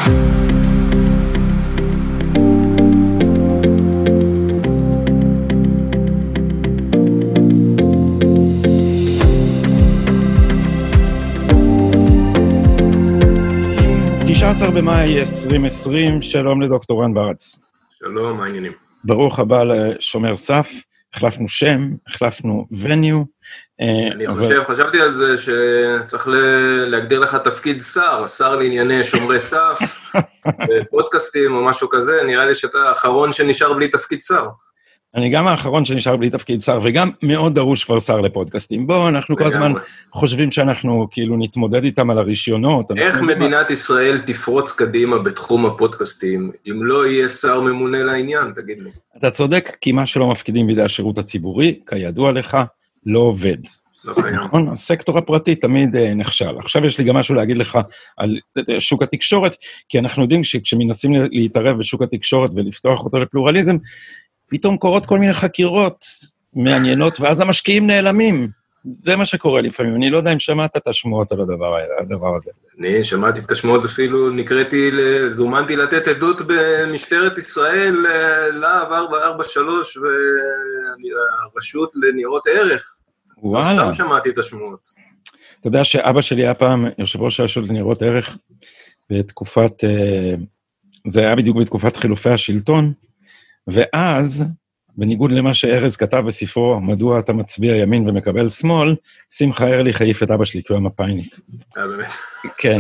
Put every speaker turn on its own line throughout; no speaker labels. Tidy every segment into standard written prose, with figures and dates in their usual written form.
במאי 2020, שלום לדוקטור רן ברץ.
שלום, מה העניינים?
ברוך הבא לשומר סף, החלפנו שם, החלפנו וניו.
חשבתי על זה שצריך להגדיר לך תפקיד שר, השר לענייני שומרי סף, פודקאסטים או משהו כזה, נראה לי שאתה האחרון שנשאר בלי תפקיד שר.
אני גם האחרון שנשאר בלי תפקיד שר, וגם מאוד דרוש כבר שר לפודקאסטים. בואו, אנחנו כל הזמן חושבים שאנחנו כאילו נתמודד איתם על הרישיונות.
איך מדינת ישראל תפרוץ קדימה בתחום הפודקאסטים, אם לא יהיה שר ממונה לעניין, תגיד לי.
אתה צודק, כי מה שלא מפקידים בידי השירות הציבורי, כידוע לך, לא עובד.
לא קיים.
נכון? הסקטור הפרטי תמיד נכשל. עכשיו יש לי גם משהו להגיד לך על שוק התקשורת, כי אנחנו יודעים שכשמנסים להתערב בשוק התקשורת ולפתוח אותו לפלורליזם, פתאום קורות כל מיני חקירות מעניינות, ואז המשקיעים נעלמים. זה מה שקורה לפעמים. אני לא יודע אם שמעת את השמועות על הדבר הזה.
אני שמעתי את השמועות, אפילו זומנתי לתת עדות במשטרת ישראל, להב 443 והרשות לניירות ערך.
וואלה.
סתם שמעתי את השמועות.
אתה יודע שאבא שלי היה פעם יושב ראש הרשות לניירות ערך, בתקופת, זה היה בדיוק בתקופת חילופי השלטון, ואז, בניגוד למה שארז כתב בספרו, מדוע אתה מצביע ימין ומקבל שמאל, שמחה ארליך העיף את אבא שלי, כי הוא היה מפאיניק.
באמת.
כן,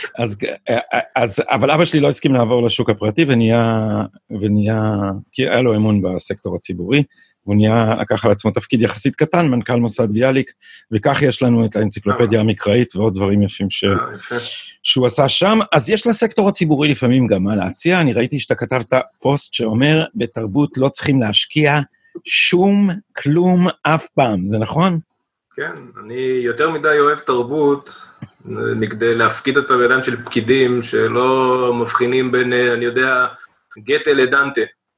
אבל אבא שלי לא הסכים לעבור לשוק הפרטי, ונהיה, כי היה לו אמון בסקטור הציבורי, והוא לקח על עצמו תפקיד יחסית קטן, מנכ"ל מוסד ביאליק, וכך יש לנו את האנציקלופדיה המקראית, ועוד דברים יפים שהוא עשה שם. אז יש לסקטור הציבורי לפעמים גם מה להציע. אני ראיתי שאתה כתבת פוסט שאומר, בתרבות לא צריכים להשקיע שום כלום אף פעם, זה נכון?
כן, אני יותר מדי אוהב תרבות, מכדי להפקיד אותה בידיים של פקידים, שלא מבחינים בין, אני יודע, גתה לדנטה.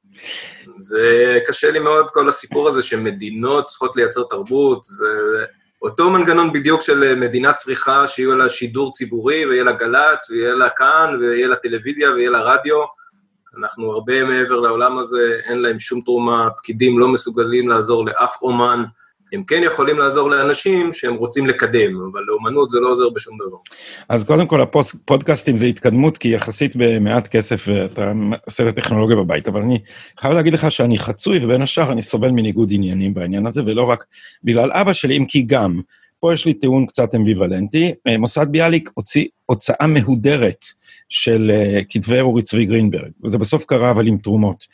זה קשה לי מאוד כל הסיפור הזה שמדינות צריכות לייצר תרבות, זה אותו מנגנון בדיוק של מדינה צריכה שיהיה לה שידור ציבורי, ויהיה לה גלץ, ויהיה לה כאן, ויהיה לה טלוויזיה, ויהיה לה רדיו. אנחנו הרבה מעבר לעולם הזה, אין להם שום תרומה, פקידים לא מסוגלים לעזור לאף אומן, הם כן יכולים לעזור לאנשים שהם רוצים לקדם, אבל לאומנות זה לא עוזר בשום דבר.
אז קודם כל, הפודקאסטים זה התקדמות, כי יחסית במעט כסף, ואתה עושה את הטכנולוגיה בבית, אבל אני חייב להגיד לך שאני חצוי, ובין השאר אני סובל מניגוד עניינים בעניין הזה, ולא רק בגלל אבא שלי, אם כי גם, פה יש לי טיעון קצת אמביוולנטי, מוסד ביאליק הוציא הוצאה מהודרת של כתבי אורי צבי גרינברג, וזה בסוף קרה אבל עם תרומות,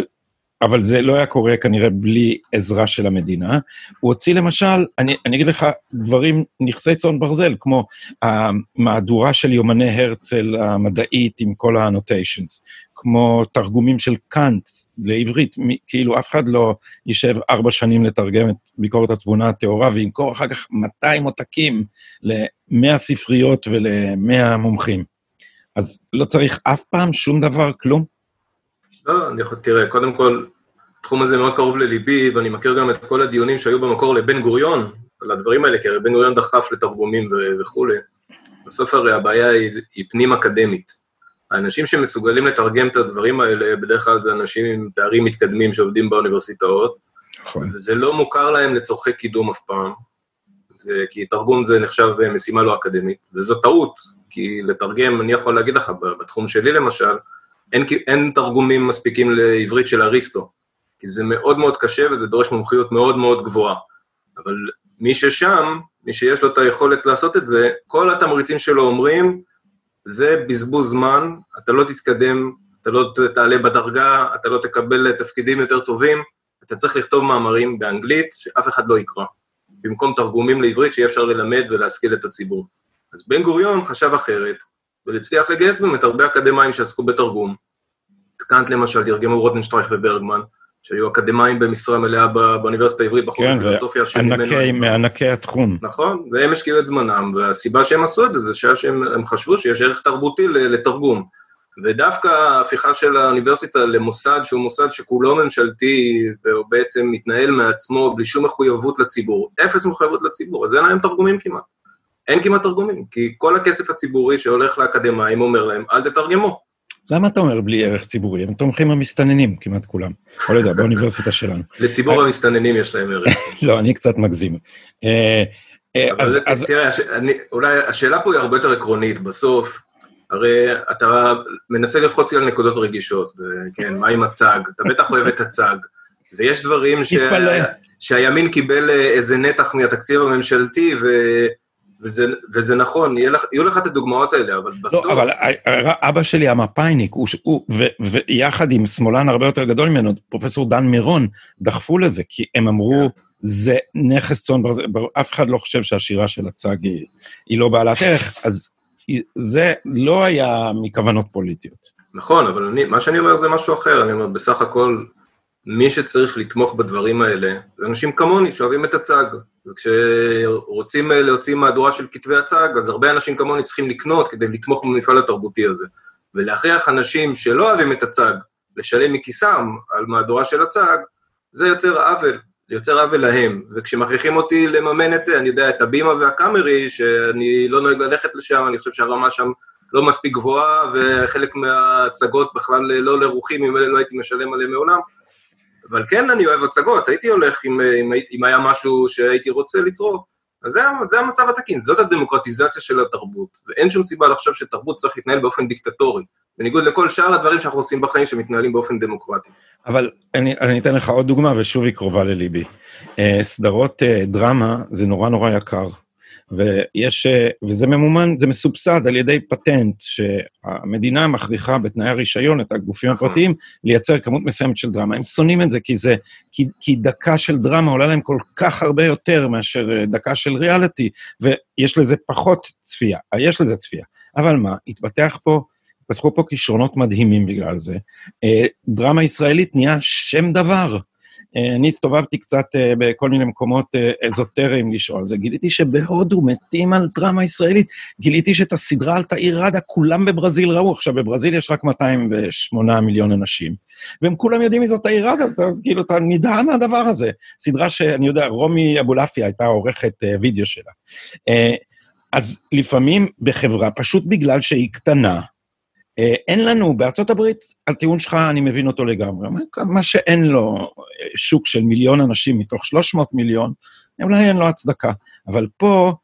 אבל זה לא היה קורה כנראה בלי עזרה של המדינה. הוא הוציא למשל, אני אגיד לך דברים נכסי צאן ברזל, כמו המהדורה של יומני הרצל המדעית עם כל האנוטיישנס, כמו תרגומים של קאנט לעברית, כאילו אף אחד לא יישב 4 שנים לתרגם את ביקורת התבונה התיאורה, וימכור אחר כך 200 עותקים ל100 ספריות ול100 מומחים. אז לא צריך אף פעם שום דבר, כלום?
לא, תראה, קודם כל, התחום הזה מאוד קרוב לליבי, ואני מכיר גם את כל הדיונים שהיו במקור לבן גוריון, על הדברים האלה, כי הרי בן גוריון דחף לתרגומים וכו'. בסוף הרי הבעיה היא פנים אקדמית. האנשים שמסוגלים לתרגם את הדברים האלה, בדרך כלל זה אנשים עם תארים מתקדמים שעובדים באוניברסיטאות, וזה לא מוכר להם לצורכי קידום אף פעם, כי תרגום זה נחשב משימה לא אקדמית, וזו טעות, כי לתרגם, אני יכול להגיד לך, בתחום שלי למשל, אין תרגומים מספיקים לעברית של אריסטו, כי זה מאוד מאוד קשה, וזה דורש מומחיות מאוד מאוד גבוהה. אבל מי ששם, מי שיש לו את היכולת לעשות את זה, כל התמריצים שלו אומרים, זה בזבוז זמן, אתה לא תתקדם, אתה לא תעלה בדרגה, אתה לא תקבל תפקידים יותר טובים, אתה צריך לכתוב מאמרים באנגלית, שאף אחד לא יקרא, במקום תרגומים לעברית שיהיה אפשר ללמד ולהשכיל את הציבור. אז בן גוריון חשב אחרת, ולהצליח לגייס באמת הרבה אקדמיים שעסקו בתרגום. קאנט למשל, תרגמו רוטנשטרייך וברגמן, שהיו אקדמיים במשרה מלאה באוניברסיטה העברית, בחור הפילוסופיה
כן, מענקי התחום.
נכון, והם השקיעו את זמנם, והסיבה שהם עשו את זה שהם חשבו שיש ערך תרבותי לתרגום. ודווקא ההפיכה של האוניברסיטה למוסד, שהוא מוסד שכולו ממשלתי, והוא בעצם מתנהל מעצמו בלי שום מחויבות לציבור, 0 מחויבות לציבור, אז אין להם תרגומים כמעט. אין כמעט תרגומים, כי כל הכסף הציבורי שהולך לאקדמיים אומר להם, אל תתרגמו.
למה אתה אומר בלי ערך ציבורי? הם תומכים המסתננים, כמעט כולם. לא יודע, באוניברסיטה שלנו.
לציבור המסתננים יש להם ערך.
לא, אני קצת מגזים.
אז תראה, אולי השאלה פה היא הרבה יותר עקרונית, בסוף, הרי אתה מנסה לפחות על נקודות רגישות, כן, מה עם הצג? אתה בטח אוהב את הצג, ויש דברים שהימין קיבל איזה נתח מהתקציב הממשלתי, וזה נכון, יהיו לך את הדוגמאות האלה, אבל בסוף...
לא, אבל אבא שלי המפאיניק, ויחד עם שמאלן הרבה יותר גדול ממנו, פרופסור דן מירון, דחפו לזה, כי הם אמרו, זה נכס צאן, אף אחד לא חושב שהשירה של הצג היא לא בעלת ערך, אז זה לא היה מכוונות פוליטיות.
נכון, אבל מה שאני אומר זה משהו אחר, אני אומר, בסך הכל, מי שצריך לתמוך בדברים האלה, זה אנשים כמוני שאוהבים את הצג, וכשרוצים להוציא מהדורה של כתבי הצג, אז הרבה אנשים כמוני צריכים לקנות כדי לתמוך במפעל התרבותי הזה, ולהכריח אנשים שלא אוהבים את הצג, לשלם מכיסם על מהדורה של הצג, זה יוצר עוול להם, וכשמכריחים אותי לממן אני יודע, את הבימה והקאמרי, שאני לא נוהג ללכת לשם, אני חושב שהרמה שם לא מספיק גבוהה, וחלק מהצגות בכלל לא לרוחים, אם לא הייתי משלם עליהם מעולם, אבל כן אני אוהב הצגות, הייתי הולך אם היה משהו שהייתי רוצה לצרוך, אז זה המצב התקין, זאת הדמוקרטיזציה של התרבות, ואין שום סיבה לחשוב שתרבות צריך להתנהל באופן דיקטטורי, בניגוד לכל שאר הדברים שאנחנו עושים בחיים שמתנהלים באופן דמוקרטי.
אבל אני אתן לך עוד דוגמה, ושוב היא קרובה לליבי. סדרות דרמה זה נורא נורא יקר, וזה ממומן, זה מסובסד על ידי פטנט, שהמדינה מכריחה בתנאי הרישיון את הגופים הפרטיים, לייצר כמות מסוימת של דרמה. הם שונאים את זה, כי דקה של דרמה עולה להם כל כך הרבה יותר, מאשר דקה של ריאליטי, ויש לזה פחות צפייה, יש לזה צפייה. אבל מה, התפתחו פה כישרונות מדהימים בגלל זה. דרמה ישראלית נהיה שם דבר. אני הסתובבתי קצת בכל מיני מקומות אזוטריים לשאול, זה גיליתי שבהודו מתים על דרמה ישראלית, גיליתי שאת הסדרה על תאיר ראדה, כולם בברזיל ראו, עכשיו בברזיל יש רק 208 מיליון אנשים, והם כולם יודעים מי זאת תאיר ראדה, כאילו אתה נדהם מהדבר הזה, סדרה שאני יודע, רומי אבולעפיה הייתה עורכת וידאו שלה, אז לפעמים בחברה, פשוט בגלל שהיא קטנה, אין לנו, בארצות הברית, הטיעון שלך אני מבין אותו לגמרי, מה שאין לו שוק של מיליון אנשים מתוך 300 מיליון, אולי אין לו הצדקה, אבל פה,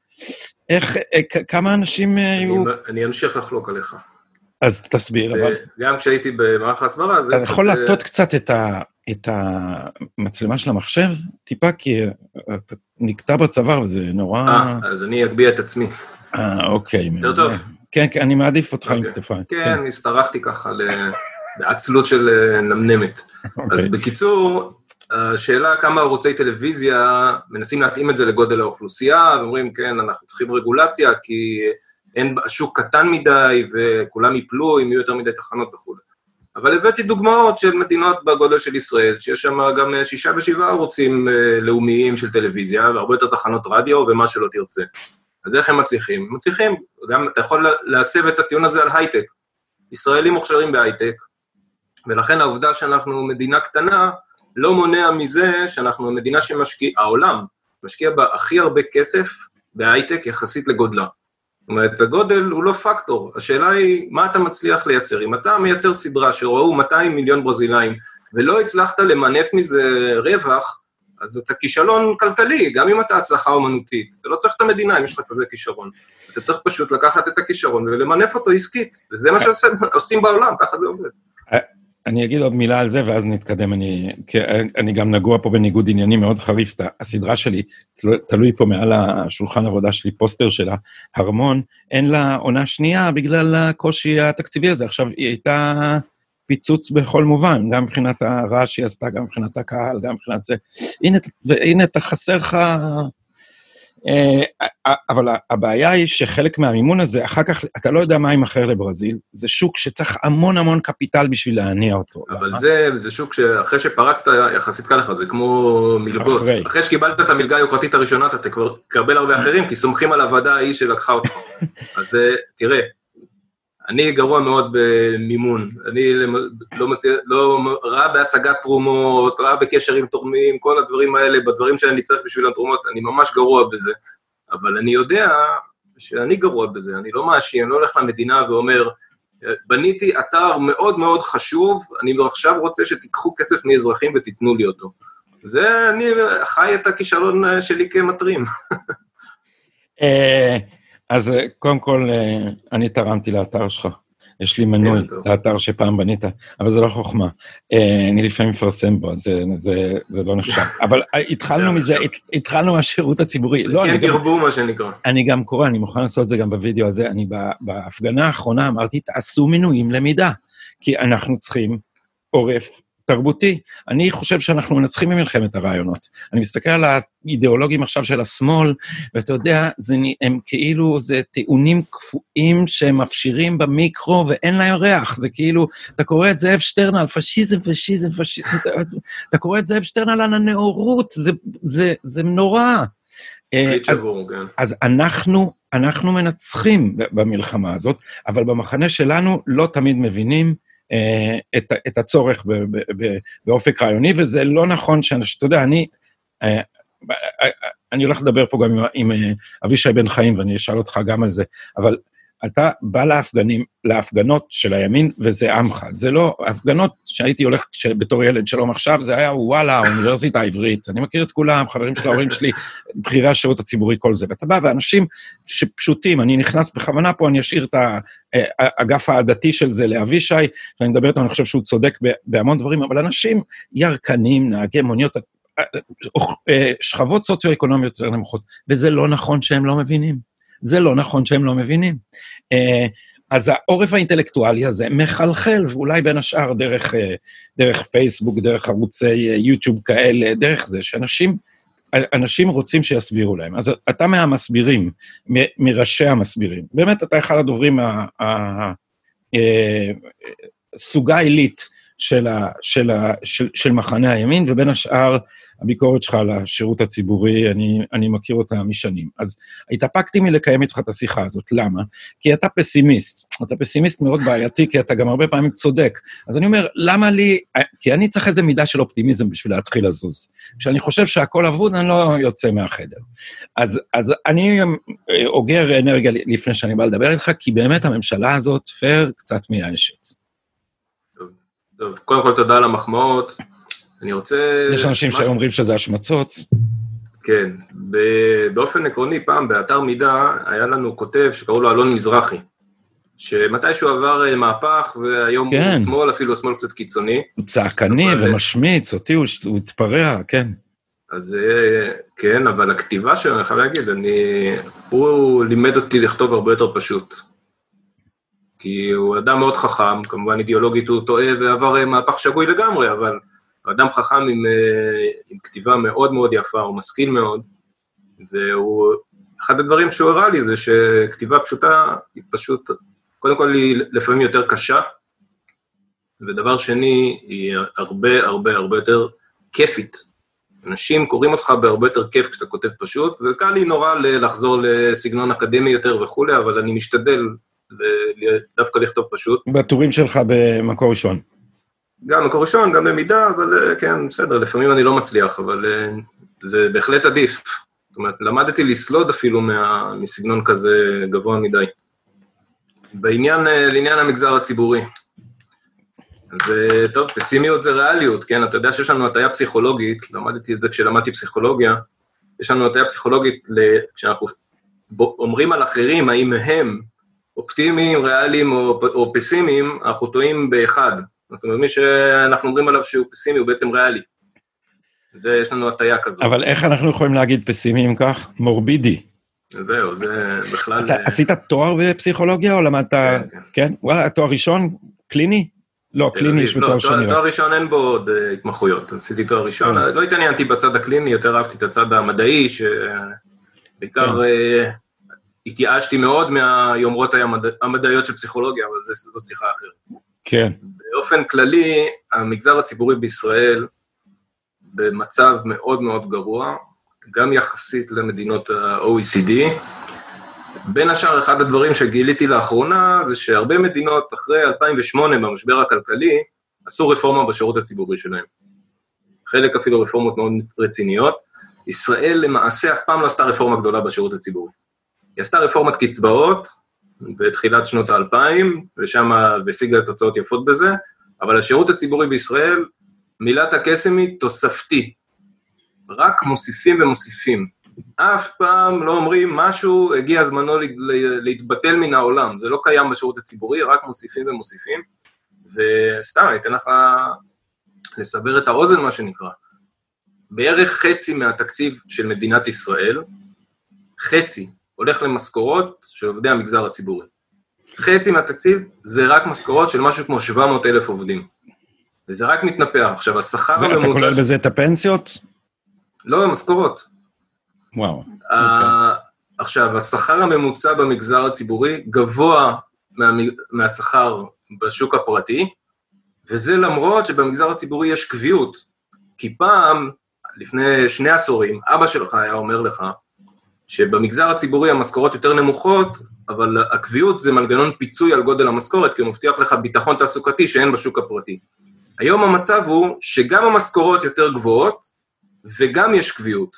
כמה אנשים יהיו...
אני אמשיך לחלוק עליך.
אז תסביר, אבל...
גם כשהייתי במערך הסברה,
אתה יכול להטות קצת את המצלמה של המחשב, טיפה, כי אתה נקטע בצוואר, וזה נורא...
אז אני אגביע את עצמי.
אוקיי.
יותר טוב.
כן, אני מעדיף אותך עם כתפיים.
כן, הסתרחתי ככה לעצלות של נמנמת. אז בקיצור, השאלה כמה ערוצי טלוויזיה מנסים להתאים את זה לגודל האוכלוסייה, ואומרים, כן, אנחנו צריכים רגולציה, כי השוק קטן מדי, וכולם ייפלו, אם יהיו יותר מדי תחנות וכו'. אבל הבאתי דוגמאות של מדינות בגודל של ישראל, שיש שם גם 6 ו7 ערוצים לאומיים של טלוויזיה, והרבה יותר תחנות רדיו, ומה שלא תרצה. אז איך הם מצליחים? הם מצליחים, גם אתה יכול להסב את הטיעון הזה על הייטק. ישראלים מוכשרים בהייטק, ולכן העובדה שאנחנו מדינה קטנה, לא מונע מזה שאנחנו מדינה העולם משקיע בה הכי הרבה כסף בהייטק יחסית לגודלה. זאת אומרת, הגודל הוא לא פקטור, השאלה היא מה אתה מצליח לייצר. אם אתה מייצר סדרה שראו 200 מיליון ברזילאים, ולא הצלחת למנף מזה רווח, אז אתה כישלון כלכלי, גם אם אתה הצלחה אומנותית. אתה לא צריך את המדינה אם יש לך כזה כישרון. אתה צריך פשוט לקחת את הכישרון ולמנף אותו עסקית, וזה מה שעושים בעולם, ככה זה עובד.
אני אגיד עוד מילה על זה, ואז נתקדם. אני גם נגוע פה בניגוד עניינים מאוד חריף. הסדרה שלי, תלוי פה מעל השולחן עבודה שלי, פוסטר שלה, הרמון, אין לה עונה שנייה בגלל הקושי התקציבי הזה. עכשיו, היא הייתה פיצוץ בכל מובן, גם מבחינת הרעש שהיא עשתה, גם מבחינת הקהל, גם מבחינת זה. הנה, אתה חסר לך... אבל הבעיה היא שחלק מהמימון הזה, אחר כך אתה לא יודע מה יימכר לברזיל, זה שוק שצריך המון המון קפיטל בשביל להניע אותו.
אבל זה שוק שאחרי שפרצת יחסית קל לך, זה כמו מלגות. אחרי שקיבלת את המלגה היוקרתית הראשונה, אתה כבר תקבל הרבה אחרים, כי סומכים על הוועדה ההיא שלקחה אותך. אז תראה, אני גרוע מאוד במימון, אני לא רע בהשגת תרומות, רע בקשר עם תורמים, כל הדברים האלה, בדברים שאני צריך בשביל התרומות, אני ממש גרוע בזה, אבל אני יודע שאני גרוע בזה, אני לא מאשים, אני לא הולך למדינה ואומר, בניתי אתר מאוד מאוד חשוב, אני עכשיו רוצה שתיקחו כסף מאזרחים ותיתנו לי אותו. זה, אני חי את הכישלון שלי כמטרים.
אז קודם כל, אני תרמתי לאתר שלך. יש לי מנוי לאתר שפעם בנית, אבל זה לא חוכמה. אני לפעמים מפרסם בו, זה לא נחשב. אבל התחלנו מזה, התחלנו מהשירות הציבורי.
כן, תרבו מה שנקרא.
אני גם קורא, אני מוכן לעשות את זה גם בווידאו הזה. אני בהפגנה האחרונה אמרתי, תעשו מנויים למידה, כי אנחנו צריכים עורף תרבותי. אני חושב שאנחנו מנצחים ממלחמת הרעיונות. אני מסתכל על האידיאולוגים עכשיו של השמאל, ואתה יודע, הם כאילו, זה טיעונים קפואים שהם מפשירים במיקרו, ואין להם ריח. זה כאילו, אתה קורא את זאב שטרן על פשיזם, אתה קורא את זאב שטרן על הנאורות, זה נורא. אז אנחנו מנצחים במלחמה הזאת, אבל במחנה שלנו לא תמיד מבינים, את הצורך באופק רעיוני, וזה לא נכון שאתה יודע, אני הולך לדבר פה גם עם אבישי בן חיים, ואני אשאל אותך גם על זה, אבל אתה בא להפגנות של הימין, וזה עמך. זה לא, הפגנות שהייתי הולך בתור ילד שלום עכשיו, זה היה וואלה, האוניברסיטה העברית. אני מכיר את כולם, חברים של ההורים שלי, בחירי השירות הציבורי, כל זה. ואתה בא, ואנשים שפשוטים, אני נכנס בכוונה פה, אני אשאיר את האגף העדתי של זה לאבישי, ואני מדבר איתו, אני חושב שהוא צודק בהמון דברים, אבל אנשים ירקנים, נהגי מוניות, שכבות סוציו-אקונומיות יותר נמוכות, וזה לא נכון שהם לא מבינים. זה לא נכון שהם לא מבינים. אז העורף האינטלקטואלי הזה מחלחל, ואולי בין השאר דרך פייסבוק, דרך ערוצי יוטיוב כאלה, דרך זה, שאנשים רוצים שיסבירו להם. אז אתה מהמסבירים, מראשי המסבירים. באמת אתה אחד הדוברים סוגה עילית של מחנה הימין, ובין השאר הביקורת שלך על השירות הציבורי, אני מכיר אותה משנים. אז התאפקתי מלקיים איתך את השיחה הזאת. למה? כי אתה פסימיסט. אתה פסימיסט מאוד בעייתי, כי אתה גם הרבה פעמים צודק. אז אני אומר, למה לי? כי אני צריך איזו מידה של אופטימיזם בשביל להתחיל לזוז. כשאני חושב שהכל אבוד, אני לא יוצא מהחדר. אז אני אוגר אנרגיה לפני שאני בא לדבר איתך, כי באמת הממשלה הזאת פייר קצת מייאשת.
טוב, קודם כל תודה על המחמאות. אני רוצה...
יש אנשים שאומרים שזה השמצות.
כן, באופן עקרוני, פעם באתר מידע היה לנו כותב שקראו לו אלון מזרחי, שמתישהו עבר מהפך, והיום הוא שמאל, אפילו שמאל קצת קיצוני.
הוא צעקני ומשמיץ, אותי הוא התפרע, כן.
אז כן, אבל הכתיבה שלו, אני חייב להגיד, הוא לימד אותי לכתוב הרבה יותר פשוט. כי הוא אדם מאוד חכם, כמובן אידיאולוגית הוא טועה ועבר מהפך שגוי לגמרי, אבל הוא אדם חכם עם כתיבה מאוד מאוד יפה, הוא משכיל מאוד, והוא, אחד הדברים שהוא הראה לי זה שכתיבה פשוטה היא פשוט, קודם כל היא לפעמים יותר קשה, ודבר שני היא הרבה הרבה הרבה יותר כיפית. אנשים קוראים אותך בהרבה יותר כיף כשאתה כותב פשוט, וקל לי נורא לחזור לסגנון אקדמי יותר וכולי, אבל אני משתדל דווקא לכתוב פשוט.
בטורים שלך במקור ראשון.
גם מקור ראשון, גם במידה, אבל כן, בסדר, לפעמים אני לא מצליח, אבל זה בהחלט עדיף. זאת אומרת, למדתי לסלוד אפילו מסגנון כזה גבוה מדי. לעניין המגזר הציבורי. אז טוב, פסימיות זה ריאליות, כן? אתה יודע שיש לנו הטיה פסיכולוגית, למדתי את זה כשלמדתי פסיכולוגיה, יש לנו הטיה פסיכולוגית, כשאנחנו אומרים על אחרים, האם הם אופטימיים, ריאליים או פסימיים, אנחנו טועים באחד. זאת אומרת, מי שאנחנו אומרים עליו שהוא פסימי, הוא בעצם ריאלי. יש לנו הטיה כזו.
אבל איך אנחנו יכולים להגיד פסימיים כך? מורבידי.
זהו, זה בכלל...
אתה עשית תואר בפסיכולוגיה או למדת... כן? וואלה, תואר ראשון? קליני? לא, קליני יש בתואר שני.
תואר ראשון אין בו עוד התמחויות. עשיתי תואר ראשון, לא התעניינתי בצד הקליני, יותר אהבתי את הצד המדעי, שבעיקר התייאשתי מאוד מהיומרות המדעיות של פסיכולוגיה, אבל זאת שיחה אחרת.
כן.
באופן כללי, המגזר הציבורי בישראל במצב מאוד מאוד גרוע, גם יחסית למדינות ה-OECD. בין השאר, אחד הדברים שגיליתי לאחרונה, זה שהרבה מדינות אחרי 2008 במשבר הכלכלי, עשו רפורמה בשירות הציבורי שלהם. חלק אפילו רפורמות מאוד רציניות. ישראל למעשה אף פעם לא עשתה רפורמה גדולה בשירות הציבורי. היא עשתה רפורמת קצבאות, בתחילת שנות ה-2000, ושם השיגה תוצאות יפות בזה, אבל השירות הציבורי בישראל, מילת הקסם היא תוספתי. רק מוסיפים ומוסיפים. אף פעם לא אומרים משהו, הגיע זמנו להתבטל מן העולם. זה לא קיים בשירות הציבורי, רק מוסיפים ומוסיפים. וסתם, אני אתן לך לסבר את האוזן, מה שנקרא. בערך חצי מהתקציב של מדינת ישראל, חצי, הולך למשכורות של עובדי המגזר הציבורי. חצי מהתקציב זה רק משכורות של משהו כמו 700,000 עובדים. וזה רק מתנפח. עכשיו, השכר הממוצע...
אתה כולל בזה את הפנסיות?
לא, משכורות.
וואו.
עכשיו, השכר הממוצע במגזר הציבורי גבוה מהשכר בשוק הפרטי, וזה למרות שבמגזר הציבורי יש קביעות. כי פעם, לפני 2 עשורים, אבא שלך היה אומר לך, שבמגזר הציבורי המשכורות יותר נמוכות, אבל הקביעות זה מנגנון פיצוי על גודל המשכורת, כי הוא מבטיח לך ביטחון תעסוקתי שאין בשוק הפרטי. היום המצב הוא שגם המשכורות יותר גבוהות, וגם יש קביעות.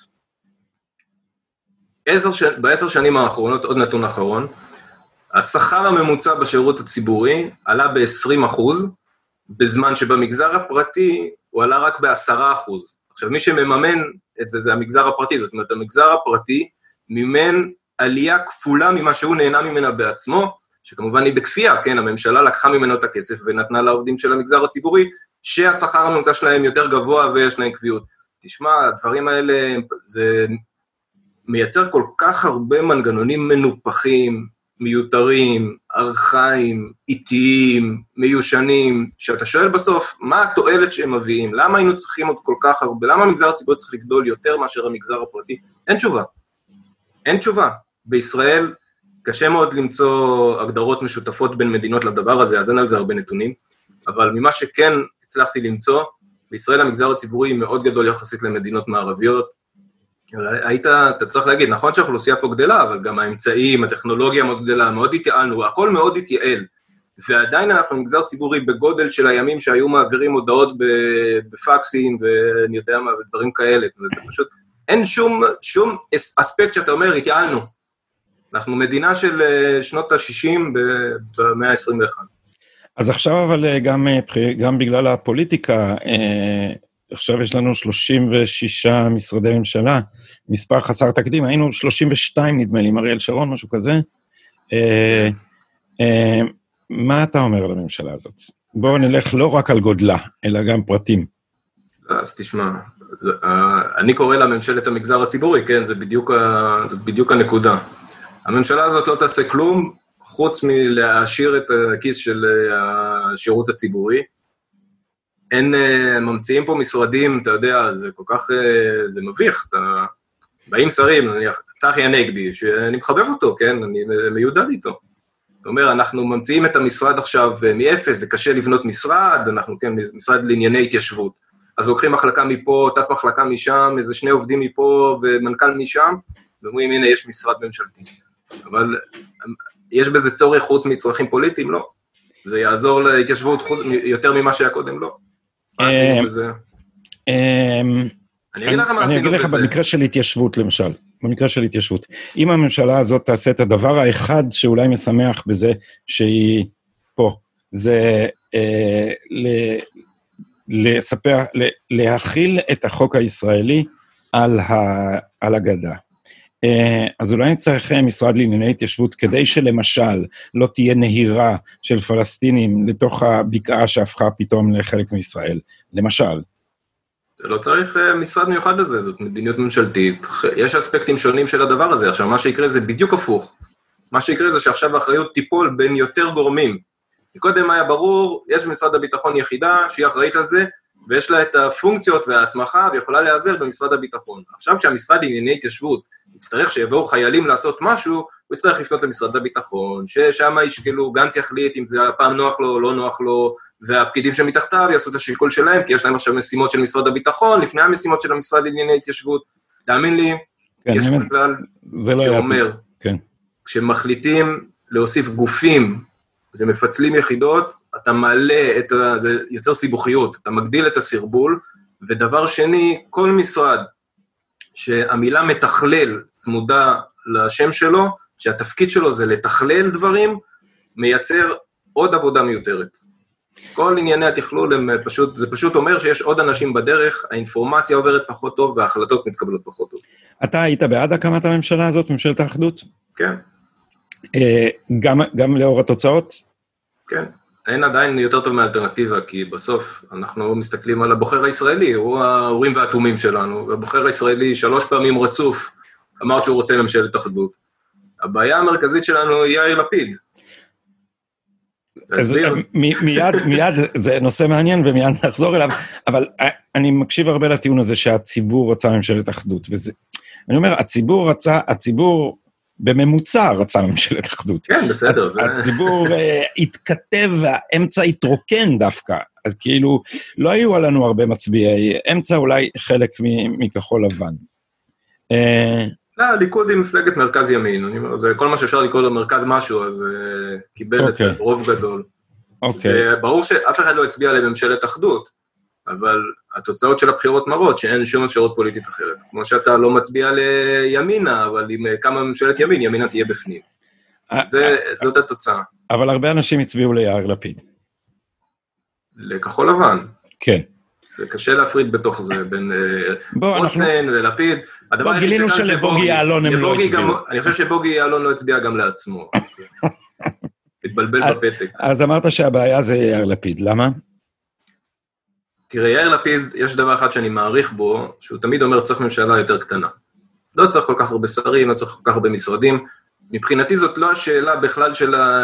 ב10 שנים האחרונות, עוד נתון אחרון, השכר הממוצע בשירות הציבורי עלה ב-20%, בזמן שבמגזר הפרטי הוא עלה רק ב-10%. עכשיו, מי שמממן את זה, זה המגזר הפרטי, זאת אומרת, המגזר הפרטי מימן עלייה כפולה ממה שהוא נהנה ממנה בעצמו, שכמובן היא בכפייה, כן, הממשלה לקחה ממנו את הכסף ונתנה לעובדים של המגזר הציבורי, שהשכר הממוצע שלהם יותר גבוה ויש להם קביעות. תשמע, הדברים האלה, זה מייצר כל כך הרבה מנגנונים מנופחים, מיותרים, ארכאיים, איטיים, מיושנים, שאתה שואל בסוף, מה התועלת שהם מביאים? למה היינו צריכים עוד כל כך הרבה? למה המגזר הציבורי צריך לגדול יותר מאשר המגזר הפרטי? אין תשובה. אין תשובה. בישראל קשה מאוד למצוא הגדרות משותפות בין מדינות לדבר הזה, אז אין על זה הרבה נתונים, אבל ממה שכן הצלחתי למצוא, בישראל המגזר הציבורי מאוד גדול יחסית למדינות מערביות. אתה צריך להגיד, נכון שהאוכלוסייה פה גדלה, אבל גם האמצעים, הטכנולוגיה מאוד גדלה, מאוד התייעלנו, הכל מאוד התייעל, ועדיין אנחנו מגזר ציבורי בגודל של הימים שהיו מעבירים הודעות בפקסים, ואני יודע מה, ודברים כאלה, וזה פשוט, אין שום אספקט שאתה אומר, התייעלנו. אנחנו מדינה של שנות ה-60 במאה ה-21.
אז עכשיו אבל גם בגלל הפוליטיקה, עכשיו יש לנו 36 משרדי ממשלה, מספר חסר תקדים, היינו 32 נדמה לי, עם אריאל שרון, משהו כזה. מה אתה אומר על הממשלה הזאת? בואו נלך לא רק על גודלה, אלא גם פרטים.
אז תשמע, אני קורא לה ממשלת המגזר הציבורי, כן, זה בדיוק הנקודה. הממשלה הזאת לא תעשה כלום, חוץ מלהעשיר את הכיס של השירות הציבורי. אין, ממציאים פה משרדים, אתה יודע, זה כל כך, זה מביך, באים שרים, צחי הנגבי, שאני מחבב אותו, כן, אני מיודד איתו. זאת אומרת, אנחנו ממציאים את המשרד עכשיו מאפס, זה קשה לבנות משרד, אנחנו, כן, משרד לענייני התיישבות. אז לוקחים מחלקה מפה, תת מחלקה משם, איזה 2 עובדים מפה ומנכ"ל משם, ואומרים, הנה, יש משרד ממשלתי. אבל יש בזה צורך חוץ מצרכים פוליטיים? לא. זה יעזור להתיישבות יותר ממה שהיה קודם? לא. מה עשינו בזה? אני אגיד לך מה עשינו בזה. אני אגיד לך
במקרה של התיישבות, למשל. במקרה של התיישבות. אם הממשלה הזאת תעשה את הדבר האחד שאולי משמח בזה שהיא פה, זה להכיל את החוק הישראלי על הגדה. אז אולי נצטרך משרד לענייני התיישבות, כדי שלמשל לא תהיה נהירה של פלסטינים לתוך הבקעה שהפכה פתאום לחלק מישראל, למשל.
לא צריך משרד מיוחד לזה, זאת מדיניות ממשלתית, יש אספקטים שונים של הדבר הזה, עכשיו מה שיקרה זה בדיוק הפוך, מה שיקרה זה שעכשיו האחריות תיפול בין יותר גורמים, קודם היה ברור, יש במשרד הביטחון יחידה שהיא אחראית על זה, ויש לה את הפונקציות וההסמכה, ויכולה להיעזר במשרד הביטחון. עכשיו כשהמשרד לענייני התיישבות יצטרך שיבואו חיילים לעשות משהו, הוא יצטרך לפנות למשרד הביטחון, ששם ישקלו, גנץ יחליט אם זה הפעם נוח לו או לא נוח לו, והפקידים שמתחתיו יעשו את השיקול שלהם, כי יש להם עכשיו משימות של משרד הביטחון, לפני המשימות של המשרד לענייני התיישבות. תאמין לי, כן, יש כלל שאומר, כן. כשמחליטים להוסיף גופים ומפצלים יחידות, אתה מעלה זה יוצר סיבוכיות, אתה מגדיל את הסרבול, ודבר שני, כל משרד שהמילה מתכלל צמודה לשם שלו, שהתפקיד שלו זה לתכלל דברים, מייצר עוד עבודה מיותרת. כל ענייני התכלול זה פשוט אומר שיש עוד אנשים בדרך, האינפורמציה עוברת פחות טוב, וההחלטות מתקבלות פחות טוב.
אתה היית בעד הקמת הממשלה הזאת, ממשלת האחדות?
כן.
גם לאור התוצאות?
כן. אין עדיין יותר טוב מהאלטרנטיבה, כי בסוף אנחנו מסתכלים על הבוחר הישראלי, הוא ההורים והתומים שלנו, והבוחר הישראלי 3 פעמים רצוף אמר שהוא רוצה ממשלת אחדות. הבעיה המרכזית שלנו היא יאיר לפיד.
מיד, זה נושא מעניין ומיד נחזור אליו, אבל אני מקשיב הרבה לטיעון הזה שהציבור רצה ממשלת אחדות, אני אומר, הציבור בממוצע רצה ממשלת אחדות.
כן, בסדר.
הציבור התכתב והאמצע התרוקן דווקא, אז כאילו לא היו לנו הרבה מצביעי אמצע, אולי חלק מכחול לבן.
לא, הליכוד היא מפלגת מרכז ימין, אני אומר, זה כל מה שאפשר לקרוא למרכז משהו, אז קיבל את רוב גדול. ברור שאף אחד לא הצביע לממשלת אחדות, אבל התוצאות של הבחירות מראות שאין שום אפשרות פוליטית אחרת. כמו שאתה לא מצביע לימינה, אבל אם כמה ממשלת ימין, ימינה תהיה בפנים. זאת התוצאה.
אבל הרבה אנשים הצביעו ליאיר לפיד.
לכחול לבן.
כן.
זה קשה להפריד בתוך זה, בין חוסן ולפיד.
גילינו שלבוגי יעלון הם לא הצביעו.
אני חושב שבוגי יעלון לא הצביע גם לעצמו. התבלבל בפתק.
אז אמרת שהבעיה זה יאיר לפיד, למה?
תראה, יאיר לפיד, יש דבר אחד שאני מעריך בו, שהוא תמיד אומר צריך ממשלה יותר קטנה. לא צריך כל כך הרבה שרים, לא צריך כל כך הרבה משרדים. מבחינתי זאת לא השאלה בכלל